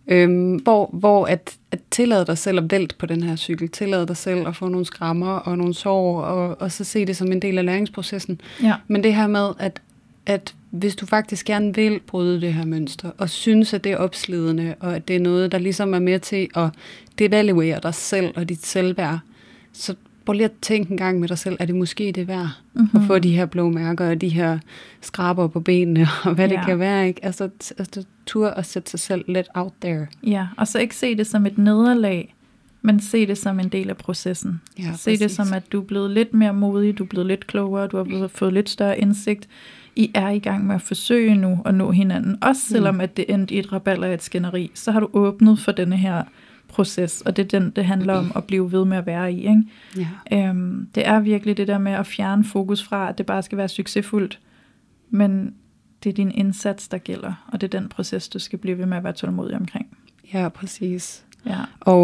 Hvor at tillade dig selv at vælte på den her cykel, tillade dig selv at få nogle skrammer og nogle sår, og så se det som en del af læringsprocessen. Ja. Men det her med, at hvis du faktisk gerne vil bryde det her mønster, og synes, at det er opslidende, og at det er noget, der ligesom er med til at devaluere dig selv og dit selvværd, så prøv lige at tænke en gang med dig selv, er det måske det værd at få de her blå mærker og de her skraber på benene, og hvad det kan være, ikke? Altså tur at sætte sig selv lidt out there. Ja, og så ikke se det som et nederlag, men se det som en del af processen. Ja, se præcis. Det som, at du er blevet lidt mere modig, du er blevet lidt klogere, du har fået lidt større indsigt. I er i gang med at forsøge nu at nå hinanden. Også selvom at det endte i et rabalder og et skænderi, så har du åbnet for denne her proces, og det er den, det handler om at blive ved med at være i. Ikke? Ja. Det er virkelig det der med at fjerne fokus fra, at det bare skal være succesfuldt, men det er din indsats, der gælder, og det er den proces, du skal blive ved med at være tålmodig omkring. Ja, præcis. Ja.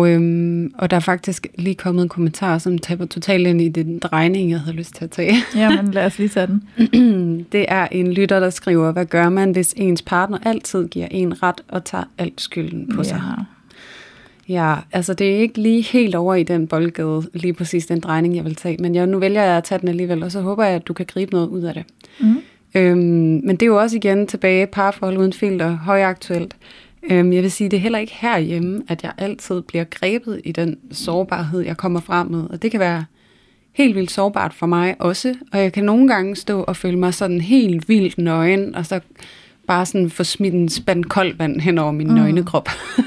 Og der er faktisk lige kommet en kommentar, som taber totalt ind i den drejning, jeg havde lyst til at tage. Ja, men lad os lige tage den. Det er en lytter, der skriver, hvad gør man, hvis ens partner altid giver en ret og tager alt skylden på sig? Ja, altså det er ikke lige helt over i den boldgade, lige præcis den drejning, jeg vil tage. Men nu vælger jeg at tage den alligevel, og så håber jeg, at du kan gribe noget ud af det. Men det er jo også igen tilbage parforhold uden filter, højaktuelt. Jeg vil sige, det er heller ikke herhjemme, at jeg altid bliver grebet i den sårbarhed, jeg kommer frem med. Og det kan være helt vildt sårbart for mig også. Og jeg kan nogle gange stå og føle mig sådan helt vildt nøgen, og så bare sådan få smidt en spand koldt vand hen over min nøgne krop.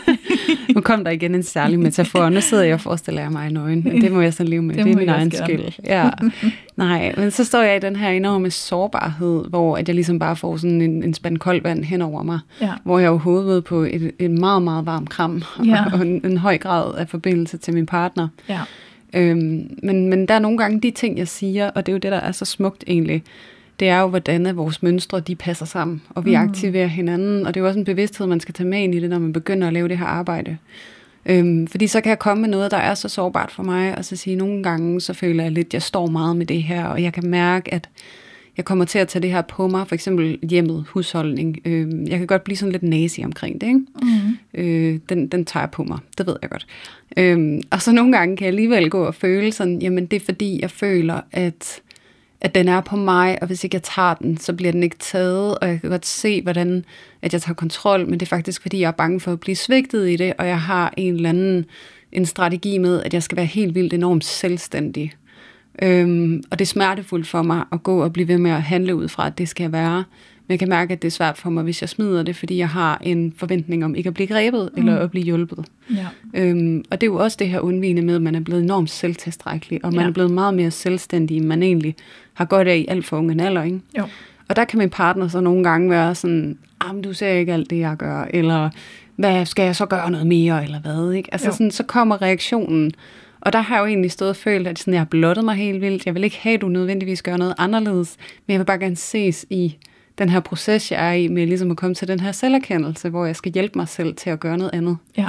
Nu kom der igen en særlig metafor. Nu sidder jeg og forestiller mig nøgen. Det må jeg så leve med. Det er min egen skyld. Ja. Nej, men så står jeg i den her enorme sårbarhed, hvor at jeg ligesom bare får sådan en spand koldt vand hen over mig. Ja. Hvor jeg er hovedet på et meget, meget varmt kram. Ja. Og en høj grad af forbindelse til min partner. Ja. Men der er nogle gange de ting, jeg siger, og det er jo det, der er så smukt egentlig. Det er jo, hvordan vores mønstre, de passer sammen, og vi aktiverer hinanden, og det er jo også en bevidsthed, man skal tage med ind i det, når man begynder at lave det her arbejde. Fordi så kan jeg komme med noget, der er så sårbart for mig, og så sige, nogle gange, så føler jeg lidt, jeg står meget med det her, og jeg kan mærke, at jeg kommer til at tage det her på mig, for eksempel hjemmet, husholdning. Jeg kan godt blive sådan lidt nazi omkring det, ikke? Den tager jeg på mig, det ved jeg godt. Og så nogle gange kan jeg alligevel gå og føle sådan, jamen det er fordi, jeg føler, at den er på mig, og hvis ikke jeg tager den, så bliver den ikke taget, og jeg kan godt se, hvordan at jeg tager kontrol, men det er faktisk, fordi jeg er bange for at blive svigtet i det, og jeg har en eller anden en strategi med, at jeg skal være helt vildt enormt selvstændig. Og det er smertefuldt for mig at gå og blive ved med at handle ud fra, at det skal jeg være. Men jeg kan mærke, at det er svært for mig, hvis jeg smider det, fordi jeg har en forventning om ikke at blive grebet, eller at blive hjulpet. Ja. Og det er jo også det her undvigende med, at man er blevet enormt selvtilstrækkelig, og man er blevet meget mere selvstændig, end man egentlig har godt af i alt for unge alder, ikke? Jo. Og der kan min partner så nogle gange være sådan, men du ser ikke alt det, jeg gør, eller hvad skal jeg så gøre noget mere, eller hvad, ikke? Altså sådan, så kommer reaktionen. Og der har jeg jo egentlig stået og følt, at sådan, jeg har blottet mig helt vildt. Jeg vil ikke have, at du nødvendigvis gør noget anderledes, men jeg vil bare gerne ses i den her proces, jeg er i, med ligesom at komme til den her selverkendelse, hvor jeg skal hjælpe mig selv til at gøre noget andet. Ja.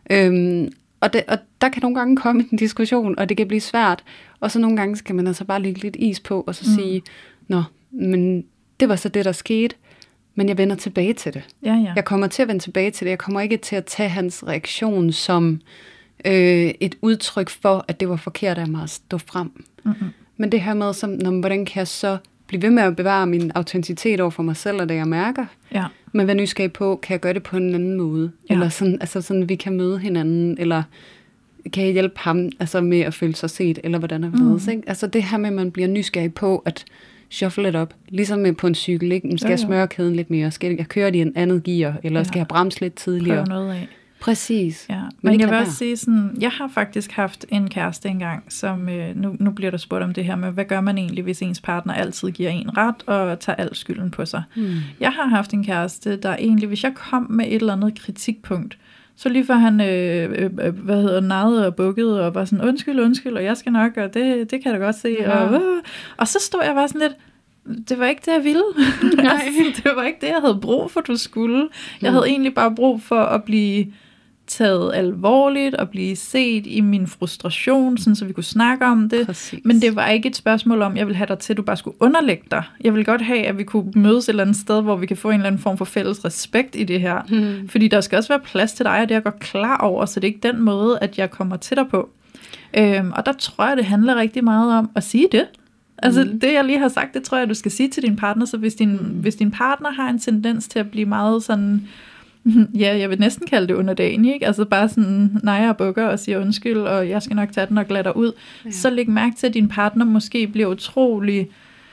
Og der kan nogle gange komme en diskussion, og det kan blive svært. Og så nogle gange skal man altså bare lægge lidt is på, og så sige, men det var så det, der skete, men jeg vender tilbage til det. Ja. Jeg kommer til at vende tilbage til det. Jeg kommer ikke til at tage hans reaktion som et udtryk for, at det var forkert af mig at stå frem. Men det her med, hvordan kan jeg så blive ved med at bevare min autenticitet over for mig selv og det, jeg mærker. Ja. Men hvad nysgerrig på, kan jeg gøre det på en anden måde? Ja. Eller sådan, altså sådan, vi kan møde hinanden, eller kan jeg hjælpe ham altså med at føle sig set, eller hvordan er det, ikke? Altså det her med, at man bliver nysgerrig på at shuffle it op, ligesom med på en cykel, ikke? Skal jeg smøre kæden lidt mere? Skal jeg køre det i en andet gear? Eller skal jeg bremse lidt tidligere? Prøv noget af. Præcis. Ja. Men jeg vil også sige sådan, jeg har faktisk haft en kæreste engang, som, nu bliver der spurgt om det her med, hvad gør man egentlig, hvis ens partner altid giver en ret og tager al skylden på sig. Jeg har haft en kæreste, der egentlig, hvis jeg kom med et eller andet kritikpunkt, så lige før han, narrede og bukkede og var sådan, undskyld, og jeg skal nok, og det kan jeg da godt se. Ja. Og så stod jeg bare sådan lidt, det var ikke det, jeg ville. Altså, det var ikke det, jeg havde brug for, du skulle. Jeg havde egentlig bare brug for at blive taget alvorligt og blive set i min frustration, sådan så vi kunne snakke om det. Præcis. Men det var ikke et spørgsmål om, jeg ville have dig til, at du bare skulle underlægge dig. Jeg ville godt have, at vi kunne mødes et eller andet sted, hvor vi kan få en eller anden form for fælles respekt i det her. Fordi der skal også være plads til dig, og det er jeg godt klar over, så det er ikke den måde, at jeg kommer til dig på. Og der tror jeg, det handler rigtig meget om at sige det. Altså det, jeg lige har sagt, det tror jeg, du skal sige til din partner. Så hvis din partner har en tendens til at blive meget sådan, ja, jeg vil næsten kalde det underdanig, ikke? Altså bare sådan nejer og bukker og siger undskyld, og jeg skal nok tage den og glatter ud. Ja. Så læg mærke til, at din partner måske bliver utrolig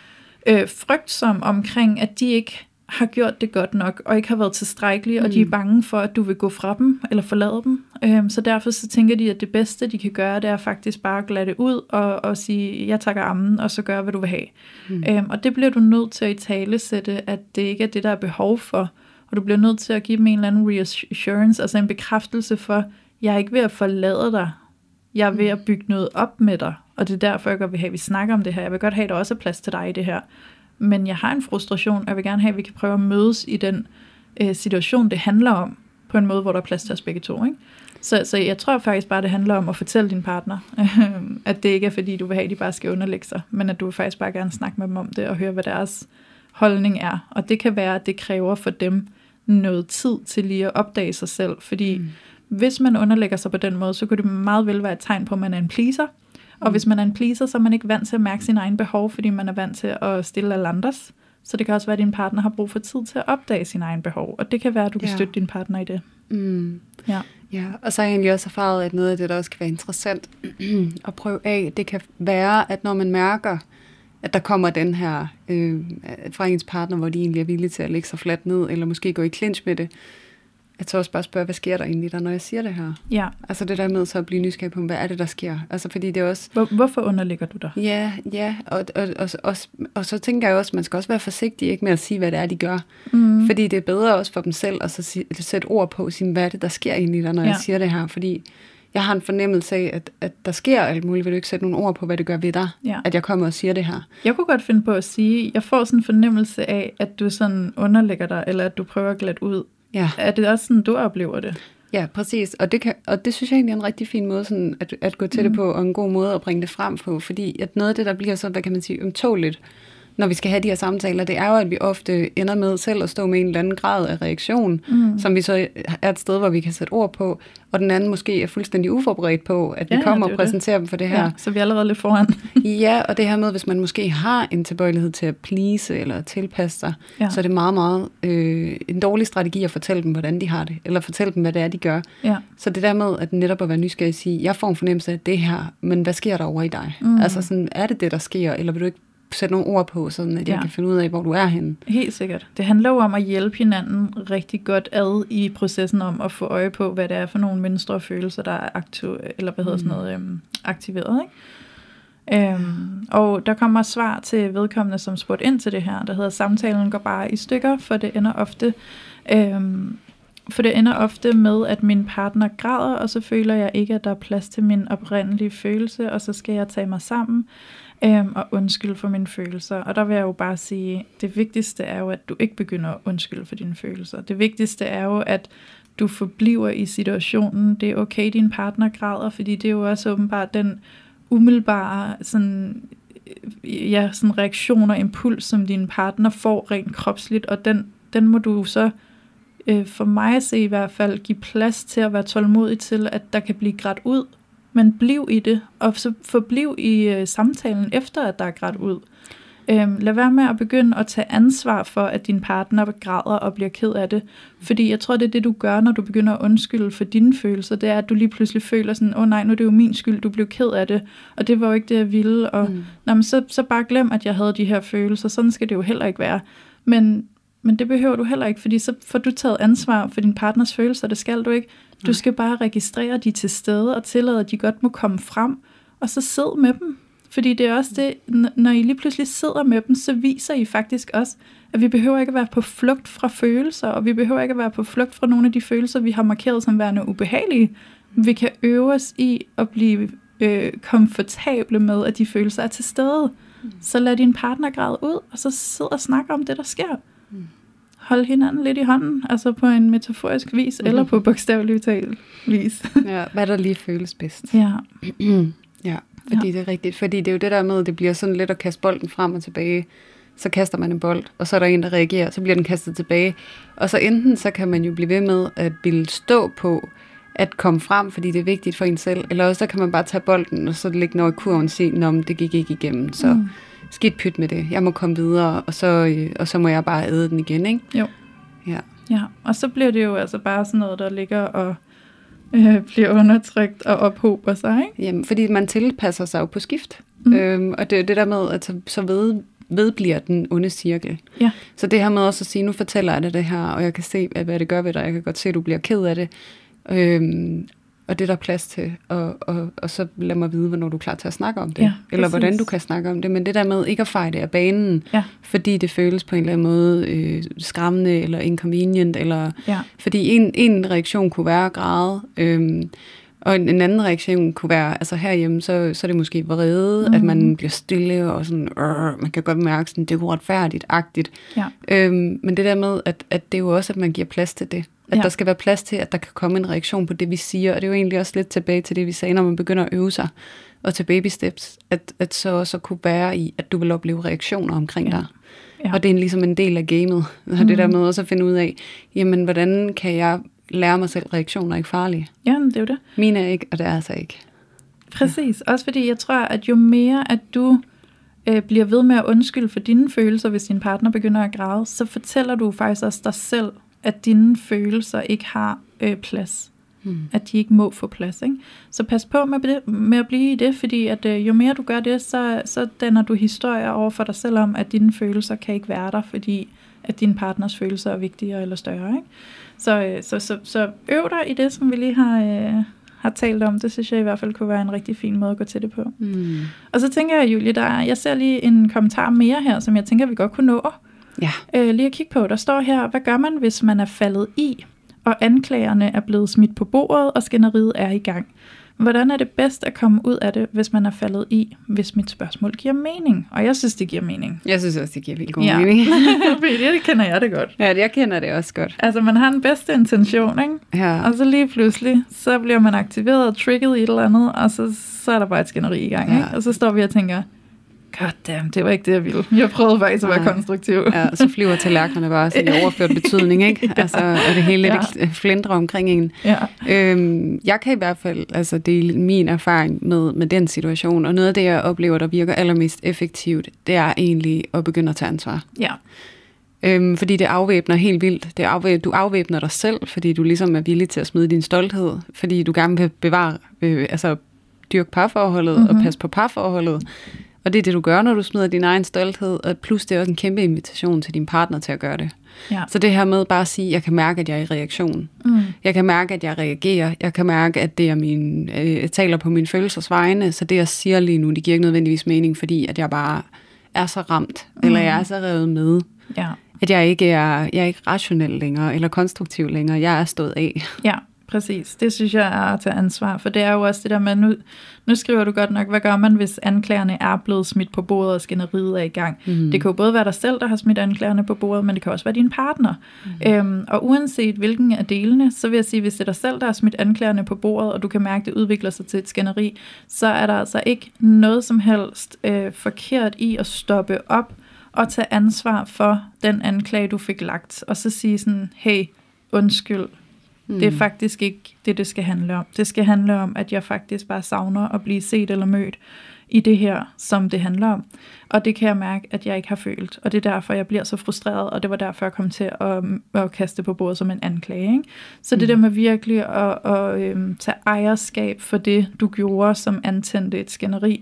frygtsom omkring, at de ikke har gjort det godt nok, og ikke har været tilstrækkelige, og de er bange for, at du vil gå fra dem, eller forlade dem. Så derfor så tænker de, at det bedste, de kan gøre, det er faktisk bare at glatte ud, og sige, jeg takker ammen, og så gør, hvad du vil have. Og det bliver du nødt til at italesætte, at det ikke er det, der er behov for, og du bliver nødt til at give dem en eller anden reassurance, altså en bekræftelse for, jeg er ikke ved at forlade dig, jeg er ved at bygge noget op med dig, og det er derfor, jeg godt vil have, at vi snakker om det her. Jeg vil godt have, at der også er plads til dig i det her. Men jeg har en frustration, og jeg vil gerne have, at vi kan prøve at mødes i den situation, det handler om, på en måde, hvor der er plads til os begge to. Ikke? Så jeg tror faktisk bare, det handler om at fortælle din partner, at det ikke er, fordi du vil have, at de bare skal underlægge sig, men at du vil faktisk bare gerne snakke med dem om det, og høre, hvad deres holdning er. Og det kan være, at det kræver for dem noget tid til lige at opdage sig selv, fordi hvis man underlægger sig på den måde, så kunne det meget vel være et tegn på, at man er en pleaser. Og hvis man er en pleaser, så er man ikke vant til at mærke sine egne behov, fordi man er vant til at stille alle andres. Så det kan også være, at din partner har brug for tid til at opdage sine egne behov. Og det kan være, at du kan støtte din partner i det. Ja, og så har jeg egentlig også erfaret, at noget af det, der også kan være interessant at prøve af, det kan være, at når man mærker, at der kommer den her fra ens partner, hvor de egentlig er villige til at lægge sig fladt ned, eller måske gå i clinch med det, at så også bare spørge, hvad sker der egentlig der, når jeg siger det her? Ja. Altså det der med så at blive nysgerrig på, hvad er det, der sker? Altså fordi det er også... Hvorfor underlægger du dig? Ja, og så tænker jeg også, man skal også være forsigtig ikke med at sige, hvad det er, de gør. Fordi det er bedre også for dem selv at så sætte ord på, sige, hvad er det, der sker egentlig der, når jeg siger det her? Fordi jeg har en fornemmelse af, at der sker alt muligt. Vil du ikke sætte nogle ord på, hvad det gør ved dig, at jeg kommer og siger det her? Jeg kunne godt finde på at sige, jeg får sådan en fornemmelse af, at du sådan underlægger dig, eller at du prøver at glatte ud. Ja. Er det også sådan, du oplever det? Ja, præcis. Og det synes jeg egentlig er en rigtig fin måde sådan at gå til det på, og en god måde at bringe det frem på. Fordi at noget af det, der bliver så, hvad kan man sige, ømtåligt, når vi skal have de her samtaler, det er jo, at vi ofte ender med selv at stå med en eller anden grad af reaktion, som vi så er et sted, hvor vi kan sætte ord på, og den anden måske er fuldstændig uforberedt på, at vi kommer og præsenterer dem for det her. Ja, så vi er allerede lidt foran. Ja, og det her med, hvis man måske har en tilbøjelighed til at please eller tilpasse sig, så er det meget, meget en dårlig strategi at fortælle dem, hvordan de har det, eller fortælle dem, hvad det er, de gør. Ja. Så det der med, at netop at være nysgerrig at sige, jeg får en fornemmelse af det her, men hvad sker der over i dig? Altså sådan, er det, der sker, eller vil du ikke sætte nogle ord på, sådan at jeg kan finde ud af, hvor du er henne. Helt sikkert. Det handler jo om at hjælpe hinanden rigtig godt ad i processen om at få øje på, hvad det er for nogle mønstre og følelser, der er aktiveret. Ikke? Og der kommer svar til vedkommende, som spurgte ind til det her, der hedder, samtalen går bare i stykker, for det ender ofte med, at min partner græder, og så føler jeg ikke, at der er plads til min oprindelige følelse, og så skal jeg tage mig sammen og undskylde for mine følelser. Og der vil jeg jo bare sige, det vigtigste er jo, at du ikke begynder at undskylde for dine følelser. Det vigtigste er jo, at du forbliver i situationen. Det er okay, din partner græder, fordi det er jo også åbenbart den umiddelbare sådan reaktion og impuls, som din partner får rent kropsligt, og den må du så for mig at se i hvert fald give plads til at være tålmodig til, at der kan blive grædt ud, men bliv i det, og så forbliv i samtalen efter, at der er grædt ud. Lad være med at begynde at tage ansvar for, at din partner græder og bliver ked af det. Fordi jeg tror, det er det, du gør, når du begynder at undskylde for dine følelser. Det er, at du lige pludselig føler sådan, nej, nu er det jo min skyld, du blev ked af det. Og det var jo ikke det, jeg ville. Og men så bare glem, at jeg havde de her følelser. Sådan skal det jo heller ikke være. Men det behøver du heller ikke, fordi så får du taget ansvar for din partners følelser. Det skal du ikke. Du skal bare registrere de til stede og tillade, at de godt må komme frem. Og så sid med dem. Fordi det er også det, når I lige pludselig sidder med dem, så viser I faktisk også, at vi behøver ikke at være på flugt fra følelser, og vi behøver ikke at være på flugt fra nogle af de følelser, vi har markeret som værende ubehagelige. Vi kan øve os i at blive komfortable med, at de følelser er til stede. Så lad din partner græde ud, og så sid og snak om det, der sker. Hold hinanden lidt i hånden, altså på en metaforisk vis, eller på bogstavelig talt vis. Ja, hvad der lige føles bedst. Ja. Ja, fordi det er rigtigt. Fordi det er jo det der med, at det bliver sådan lidt at kaste bolden frem og tilbage. Så kaster man en bold, og så er der en, der reagerer, så bliver den kastet tilbage. Og så enten så kan man jo blive ved med at ville stå på at komme frem, fordi det er vigtigt for en selv. Eller også så kan man bare tage bolden, og så lægge noget i kurven og sige, nå, det gik ikke igennem. Så skidt pyt med det. Jeg må komme videre, og så må jeg bare æde den igen, ikke? Jo. Ja, og så bliver det jo altså bare sådan noget, der ligger og bliver undertrykt og ophober sig, ikke? Jamen, fordi man tilpasser sig jo på skift. Og det er det der med, at så vedbliver den onde cirkel. Ja. Så det her med også at sige, nu fortæller jeg det her, og jeg kan se, hvad det gør ved dig. Jeg kan godt se, at du bliver ked af det. Og det er der plads til. Og så lad mig vide, hvornår du er klar til at snakke om det. Ja, eller hvordan du kan snakke om det. Men det der med ikke at feje det af banen, fordi det føles på en eller anden måde skræmmende eller inconvenient. Eller, fordi en reaktion kunne være at græde. Og en anden reaktion kunne være, altså herhjemme, så er det måske vrede, at man bliver stille, og sådan, man kan godt mærke, sådan, det er uretfærdigt-agtigt. Ja. Men det der med, at det er jo også, at man giver plads til det. At der skal være plads til, at der kan komme en reaktion på det, vi siger. Og det er jo egentlig også lidt tilbage til det, vi sagde, når man begynder at øve sig, og til baby steps, at så kunne være i, at du vil opleve reaktioner omkring dig. Ja. Og det er ligesom en del af gamet. Og det der med også at finde ud af, jamen, hvordan kan jeg lære mig selv, reaktioner er ikke farlige. Ja, det er jo det. Mine er ikke, og det er altså ikke. Præcis. Også fordi jeg tror, at jo mere, at du bliver ved med at undskylde for dine følelser, hvis din partner begynder at græde, så fortæller du faktisk også dig selv, at dine følelser ikke har plads. At de ikke må få plads. Ikke? Så pas på med at blive i det, fordi at, jo mere du gør det, så danner du historier over for dig selv om, at dine følelser kan ikke være der, fordi at din partners følelser er vigtigere eller større. Ikke? Så øv dig i det, som vi lige har talt om. Det synes jeg i hvert fald kunne være en rigtig fin måde at gå til det på. Og så tænker jeg, Julie, jeg ser lige en kommentar mere her, som jeg tænker, vi godt kunne nå. Ja. Lige at kigge på. Der står her, hvad gør man, hvis man er faldet i, og anklagerne er blevet smidt på bordet, og skænderiet er i gang? Hvordan er det bedst at komme ud af det, hvis man er faldet i, hvis mit spørgsmål giver mening? Og jeg synes, det giver mening. Jeg synes også, det giver vildt god mening. Det kender jeg det godt. Ja, jeg kender det også godt. Altså, man har den bedste intention, ikke? Ja. Og så lige pludselig, så bliver man aktiveret og trigget i et eller andet, og så er der bare et skænderi i gang, ikke? Og så står vi og tænker, goddamn, det var ikke det, jeg ville. Jeg prøvede faktisk at være konstruktiv. Ja, så flyver tallerkenerne bare sådan i overført betydning, ikke? Altså, og det hele det flindrer omkring en. Ja. Jeg kan i hvert fald altså, dele min erfaring med den situation, og noget af det, jeg oplever, der virker allermest effektivt, det er egentlig at begynde at tage ansvar. Ja. Fordi det afvæbner helt vildt. Du afvæbner dig selv, fordi du ligesom er villig til at smide din stolthed, fordi du gerne vil bevare, dyrke parforholdet og passe på parforholdet. Og det er det, du gør, når du smider din egen stolthed, og plus det er også en kæmpe invitation til din partner til at gøre det. Ja. Så det her med bare at sige, jeg kan mærke, at jeg er i reaktion. Jeg kan mærke, at jeg reagerer. Jeg kan mærke, at det er jeg taler på mine følelsers vegne, så det, jeg siger lige nu, det giver ikke nødvendigvis mening, fordi at jeg bare er så ramt, eller jeg er så revet med. Ja. At jeg er ikke rationel længere, eller konstruktiv længere. Jeg er stået af. Ja. Præcis, det synes jeg er at tage ansvar, for det er jo også det der med, nu skriver du godt nok, hvad gør man, hvis anklagerne er blevet smidt på bordet, og skænderiet er i gang. Det kan jo både være dig selv, der har smidt anklagerne på bordet, men det kan også være din partner. Og uanset hvilken af delene, så vil jeg sige, hvis det er dig selv, der har smidt anklagerne på bordet, og du kan mærke, at det udvikler sig til et skænderi, så er der altså ikke noget som helst forkert i at stoppe op og tage ansvar for den anklage, du fik lagt, og så sige sådan, hey, undskyld, det er faktisk ikke det skal handle om. Det skal handle om, at jeg faktisk bare savner at blive set eller mødt. i det her, som det handler om. Og det kan jeg mærke, at jeg ikke har følt. Og det er derfor, jeg bliver så frustreret, og det var derfor, jeg kom til at kaste på bordet som en anklage. Ikke? Så det der med virkelig at tage ejerskab for det, du gjorde, som antændte et skænderi.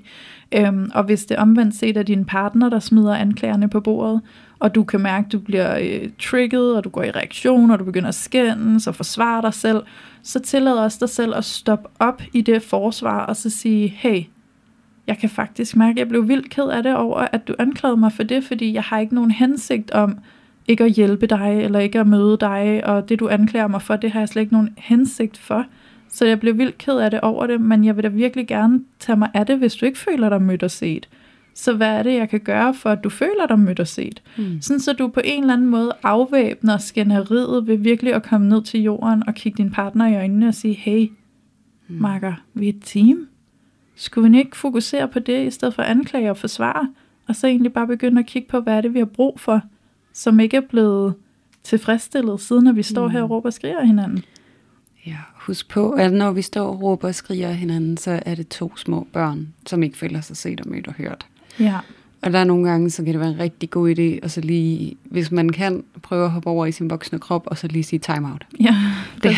Og hvis det omvendt set af din partner, der smider anklagerne på bordet, og du kan mærke, at du bliver trigget, og du går i reaktion, og du begynder at skændes og forsvare dig selv, så tillad også dig selv at stoppe op i det forsvar, og så sige, hey, jeg kan faktisk mærke, at jeg blev vildt ked af det over, at du anklagede mig for det, fordi jeg har ikke nogen hensigt om ikke at hjælpe dig, eller ikke at møde dig, og det du anklager mig for, det har jeg slet ikke nogen hensigt for. Så jeg blev vildt ked af det over det, men jeg vil da virkelig gerne tage mig af det, hvis du ikke føler dig mødt og set. Så hvad er det, jeg kan gøre for, at du føler dig mødt og set? Sådan så du på en eller anden måde afvæbner skænderiet ved virkelig at komme ned til jorden og kigge din partner i øjnene og sige, hey, makker, vi er et team. Skulle vi ikke fokusere på det, i stedet for at anklage og forsvare? Og så egentlig bare begynde at kigge på, hvad er det, vi har brug for, som ikke er blevet tilfredsstillet, siden at vi står her og råber og skriger af hinanden. Ja, husk på, at når vi står og råber og skriger af hinanden, så er det 2 små børn, som ikke føler sig set og mødt og hørt. Ja. Og der er nogle gange, så kan det være en rigtig god idé, og så lige, hvis man kan, prøve at hoppe over i sin voksne krop, og så lige sige time out. Ja, det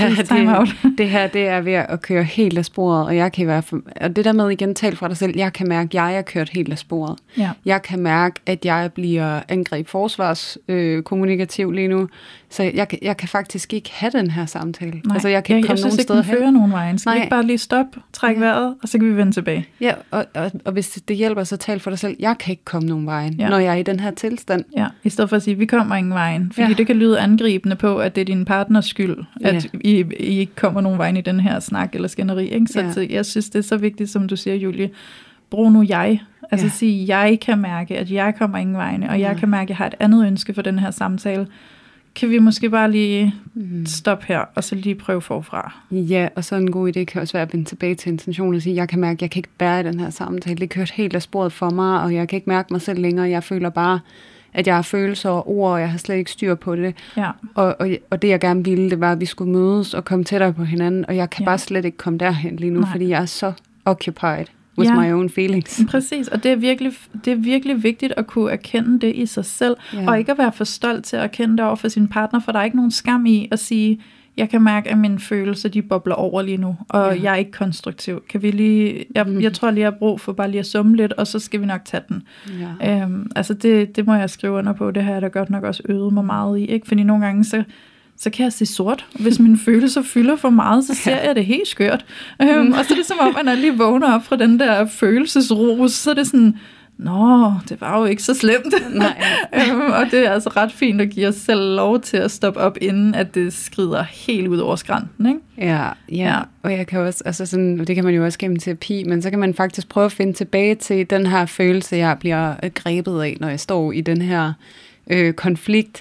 her, det er ved at køre helt af sporet, og jeg kan i hvert fald, og det der med igen, tal fra dig selv, jeg kan mærke, at jeg er kørt helt af sporet. Ja. Jeg kan mærke, at jeg bliver angrebet forsvarskommunikativ lige nu, så jeg kan faktisk ikke have den her samtale. Nej, altså, jeg kan ikke komme nogen steder hen. Jeg fører nogen vejen. Skal vi ikke bare lige stoppe, trække vejret, og så kan vi vende tilbage? Ja, og hvis det hjælper, så tal for dig selv. Jeg kan ikke komme nogen vejen, når jeg er i den her tilstand. Ja, i stedet for at sige, vi kommer ingen vejen. Fordi det kan lyde angribende på, at det er din partners skyld, at I ikke kommer nogen vejen i den her snak eller skænderi. Ikke? Så jeg synes, det er så vigtigt, som du siger, Julie. Brug nu jeg. Altså sige, jeg kan mærke, at jeg kommer ingen vegne, og jeg kan mærke, at jeg har et andet ønske for den her samtale. Kan vi måske bare lige stoppe her, og så lige prøve forfra? Ja, og så en god idé kan også være at vende tilbage til intentionen og sige, jeg kan mærke, at jeg kan ikke bære den her samtale. Det kørt helt af sporet for mig, og jeg kan ikke mærke mig selv længere. Jeg føler bare, at jeg har følelser og ord, og jeg har slet ikke styr på det. Ja. Og det jeg gerne ville, det var, at vi skulle mødes og komme tættere på hinanden, og jeg kan bare slet ikke komme derhen lige nu, fordi jeg er så occupied with my own feelings. Præcis, og det er virkelig vigtigt at kunne erkende det i sig selv, og ikke at være for stolt til at erkende det over for sin partner, for der er ikke nogen skam i at sige, jeg kan mærke, at mine følelser, de bobler over lige nu, og jeg er ikke konstruktiv. Kan vi lige, jeg tror lige, jeg har brug for bare lige at summe lidt, og så skal vi nok tage den. Ja. Altså det må jeg skrive under på, det har jeg da godt nok også øvet mig meget i, ikke? Fordi nogle gange, så kan jeg se sort. Hvis mine følelser fylder for meget, så ser jeg det helt skørt. Og så er det som om, at jeg lige vågner op fra den der følelsesros, så er det sådan, nå, det var jo ikke så slemt. Nej. Og det er altså ret fint at give os selv lov til at stoppe op, inden at det skrider helt ud over skrænten, ikke? Ja. Og jeg kan også, altså sådan, det kan man jo også gennem terapi, men så kan man faktisk prøve at finde tilbage til den her følelse, jeg bliver grebet af, når jeg står i den her konflikt.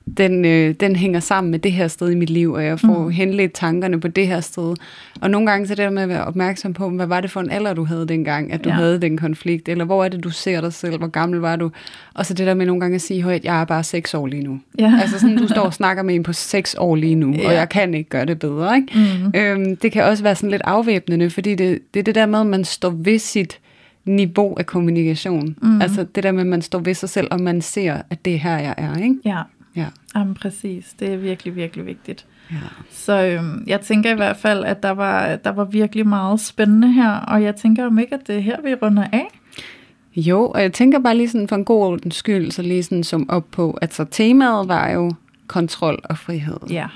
Den hænger sammen med det her sted i mit liv, og jeg får henledt tankerne på det her sted. Og nogle gange så det der med at være opmærksom på, hvad var det for en alder, du havde dengang, at du havde den konflikt, eller hvor er det, du ser dig selv, hvor gammel var du? Og så det der med nogle gange at sige, at jeg er bare 6 år lige nu. Ja. Altså sådan, du står og snakker med en på 6 år lige nu, og jeg kan ikke gøre det bedre. Ikke? Det kan også være sådan lidt afvæbnende, fordi det er det der med, at man står ved sit niveau af kommunikation. Altså det der med, at man står ved sig selv, og man ser, at det er her, jeg er. Ikke? Ja. Jamen præcis, det er virkelig, virkelig vigtigt. Ja. Så jeg tænker i hvert fald, at der var virkelig meget spændende her, og jeg tænker om ikke, at det er her, vi runder af. Jo, og jeg tænker bare lige sådan for en god ordens skyld, så lige sådan som op på, at så temaet var jo kontrol og frihed.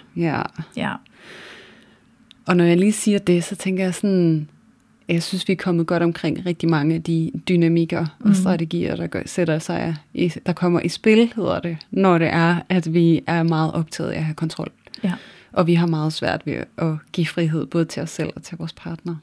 Ja. Og når jeg lige siger det, så tænker jeg sådan, jeg synes, vi er kommet godt omkring rigtig mange af de dynamikker og strategier, der kommer i spil, hedder det, når det er, at vi er meget optaget af at have kontrol. Ja. Og vi har meget svært ved at give frihed, både til os selv og til vores partner.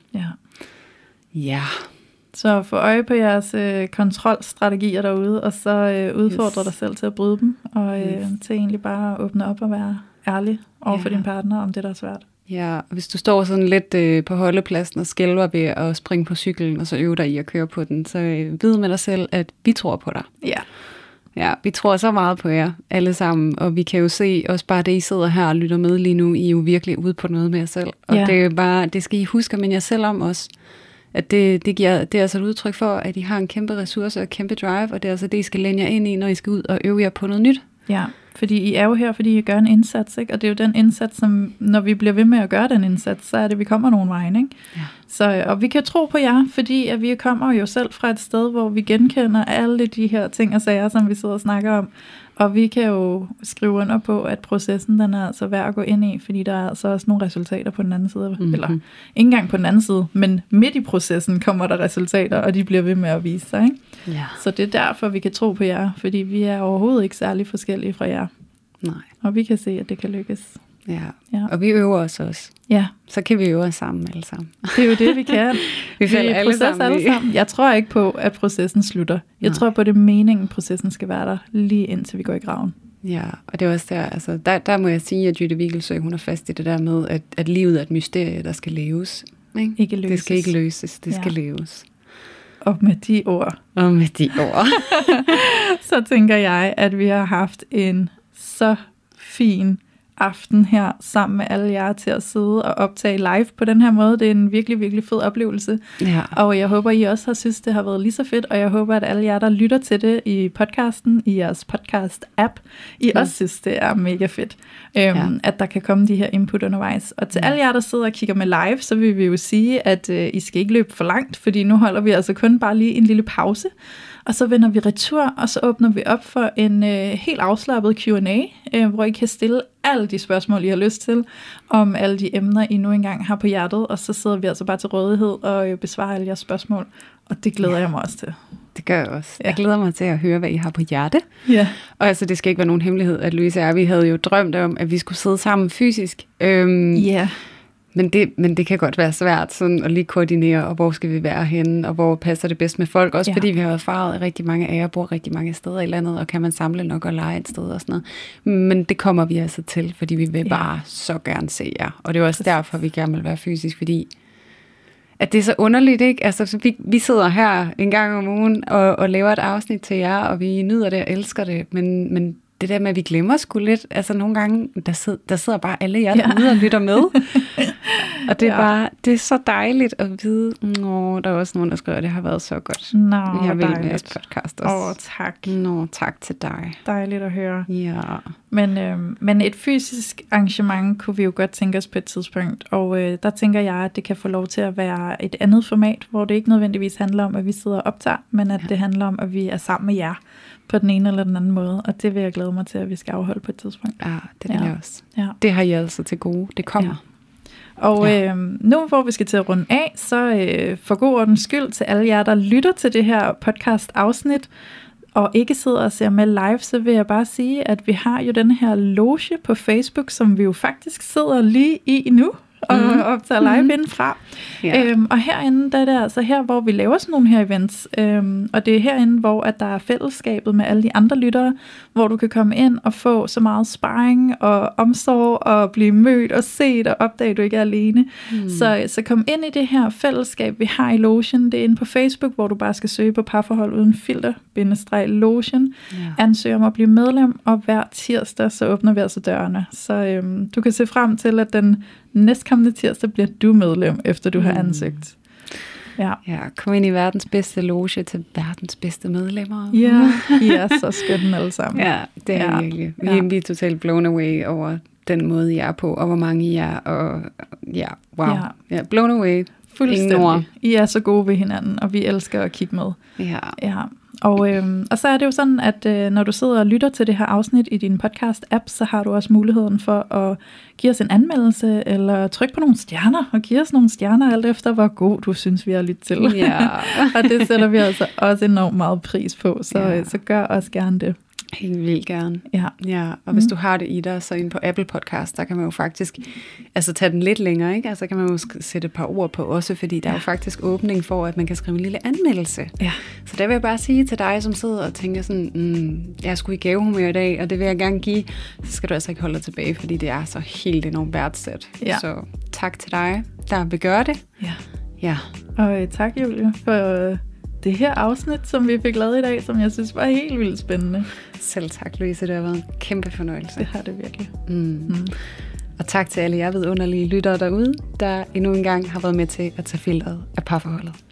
Ja. Så få øje på jeres kontrolstrategier derude, og så udfordre dig selv til at bryde dem, og til egentlig bare at åbne op og være ærlig over for din partner, om det der er svært. Ja, hvis du står sådan lidt på holdepladsen og skælver ved at springe på cyklen, og så øver dig i at køre på den, så vid med dig selv, at vi tror på dig. Ja, vi tror så meget på jer alle sammen, og vi kan jo se også bare det, I sidder her og lytter med lige nu, I er jo virkelig ude på noget med jer selv. Og det er bare, det skal I huske, men jer selv om os. at det er altså et udtryk for, at I har en kæmpe ressource og kæmpe drive, og det er altså det, I skal læne jer ind i, når I skal ud og øve jer på noget nyt. Ja, fordi I er jo her, fordi I gør en indsats, ikke? Og det er jo den indsats, som når vi bliver ved med at gøre den indsats, så er det, vi kommer nogle vejen, ikke? Ja. Så, og vi kan tro på jer, fordi at vi kommer jo selv fra et sted, hvor vi genkender alle de her ting og sager, som vi sidder og snakker om. Og vi kan jo skrive under på, at processen den er altså værd at gå ind i, fordi der er altså også nogle resultater på den anden side. Mm-hmm. Eller ikke engang på den anden side, men midt i processen kommer der resultater, og de bliver ved med at vise sig. Ikke? Ja. Så det er derfor, vi kan tro på jer, fordi vi er overhovedet ikke særlig forskellige fra jer. Nej. Og vi kan se, at det kan lykkes. Ja. Ja. Og vi øver os også. Ja. Så kan vi øve os sammen alle sammen. Det er jo det, vi kan. vi falder alle sammen. Jeg tror ikke på, at processen slutter. Jeg tror på, at det er meningen, processen skal være der, lige indtil vi går i graven. Ja, og det er også der, altså, der må jeg sige, at Jytte Vigelsø, hun er fast i det der med, at livet er et mysterie, der skal leves. Ikke løses. Det skal ikke løses, det skal leves. Og med de ord. Så tænker jeg, at vi har haft en så fin aften her sammen med alle jer til at sidde og optage live på den her måde. Det er en virkelig, virkelig fed oplevelse. Ja. Og jeg håber, I også har synes, det har været lige så fedt, og jeg håber, at alle jer, der lytter til det i podcasten, i jeres podcast-app, I også synes, det er mega fedt, at der kan komme de her input undervejs. Og til alle jer, der sidder og kigger med live, så vil vi jo sige, at I skal ikke løbe for langt, fordi nu holder vi altså kun bare lige en lille pause, og så vender vi retur, og så åbner vi op for en helt afslappet Q&A, hvor I kan stille alle de spørgsmål, I har lyst til, om alle de emner, I nu engang har på hjertet, og så sidder vi altså bare til rådighed og besvarer alle jeres spørgsmål, og det glæder jeg mig også til. Det gør jeg også. Ja. Jeg glæder mig til at høre, hvad I har på hjerte. Ja. Og altså, det skal ikke være nogen hemmelighed, at Louise og vi havde jo drømt om, at vi skulle sidde sammen fysisk. Ja. Men det kan godt være svært sådan at lige koordinere, og hvor skal vi være henne, og hvor passer det bedst med folk. Også fordi vi har erfaret, at rigtig mange af jer bor rigtig mange steder i landet, og kan man samle nok og lege et sted og sådan noget. Men det kommer vi altså til, fordi vi vil bare så gerne se jer. Og det er også derfor, vi gerne vil være fysisk, fordi at det er så underligt, ikke? Altså, vi sidder her en gang om ugen og laver et afsnit til jer, og vi nyder det og elsker det, men det der med, at vi glemmer sgu lidt, altså nogle gange, der sidder bare alle jer derude og lytter med. Og det er bare, det er så dejligt at vide, der er også nogen, der skriver, at det har været så godt. Jeg vil med jeres podcast også. Tak. Tak til dig. Dejligt at høre. Ja. Men et fysisk arrangement kunne vi jo godt tænke os på et tidspunkt, og der tænker jeg, at det kan få lov til at være et andet format, hvor det ikke nødvendigvis handler om, at vi sidder og optager, men at det handler om, at vi er sammen med jer på den ene eller den anden måde, og det vil jeg glæde mig til, at vi skal afholde på et tidspunkt. Ja, det vil jeg også. Ja. Det har I altså til gode. Det kommer. Ja. Og nu hvor vi skal til at runde af, så for god ordens skyld til alle jer, der lytter til det her podcast-afsnit, og ikke sidder og ser med live, så vil jeg bare sige, at vi har jo den her loge på Facebook, som vi jo faktisk sidder lige i nu, og optager live indenfra. Ja. Og herinde, der er det altså her, hvor vi laver sådan nogle her events, og det er herinde, hvor at der er fællesskabet med alle de andre lyttere, hvor du kan komme ind og få så meget sparring og omsorg, og blive mødt og set, og opdage, at du ikke er alene. Så kom ind i det her fællesskab, vi har i logen. Det er inde på Facebook, hvor du bare skal søge på parforhold uden filter, _logen, ansøge om at blive medlem, og hver tirsdag, så åbner vi altså dørene. Så du kan se frem til, at den næstkommende tirsdag bliver du medlem, efter du har ansøgt. Ja, kom ind i verdens bedste loge til verdens bedste medlemmer. Ja, I er så skønne alle sammen. Ja, det er virkelig. Vi er totalt blown away over den måde, I er på, og hvor mange I er, og wow. Ja, blown away. Fuldstændig. I er så gode ved hinanden, og vi elsker at kigge med. Ja. Og så er det jo sådan, at når du sidder og lytter til det her afsnit i din podcast-app, så har du også muligheden for at give os en anmeldelse, eller trykke på nogle stjerner, og give os nogle stjerner, alt efter hvor god du synes, vi har lyttet til. Ja. Og det sætter vi altså også enormt meget pris på, så gør også gerne det. Helt vildt gerne. Ja. Og hvis du har det i dig, så inde på Apple Podcast, der kan man jo faktisk tage den lidt længere, ikke? Altså kan man jo sætte et par ord på også, fordi der er jo faktisk åbning for, at man kan skrive en lille anmeldelse. Ja. Så der vil jeg bare sige til dig, som sidder og tænker sådan, jeg skulle i gavehumør i dag, og det vil jeg gerne give, så skal du altså ikke holde dig tilbage, fordi det er så helt enormt værdsat. Ja. Så tak til dig, der vil gøre det. Ja. Og tak, Julie, for det her afsnit, som vi fik lavet i dag, som jeg synes var helt vildt spændende. Selv tak, Louise. Det har været en kæmpe fornøjelse. Det har det virkelig. Og tak til alle jer vidunderlige lyttere derude, der endnu en gang har været med til at tage filteret af parforholdet.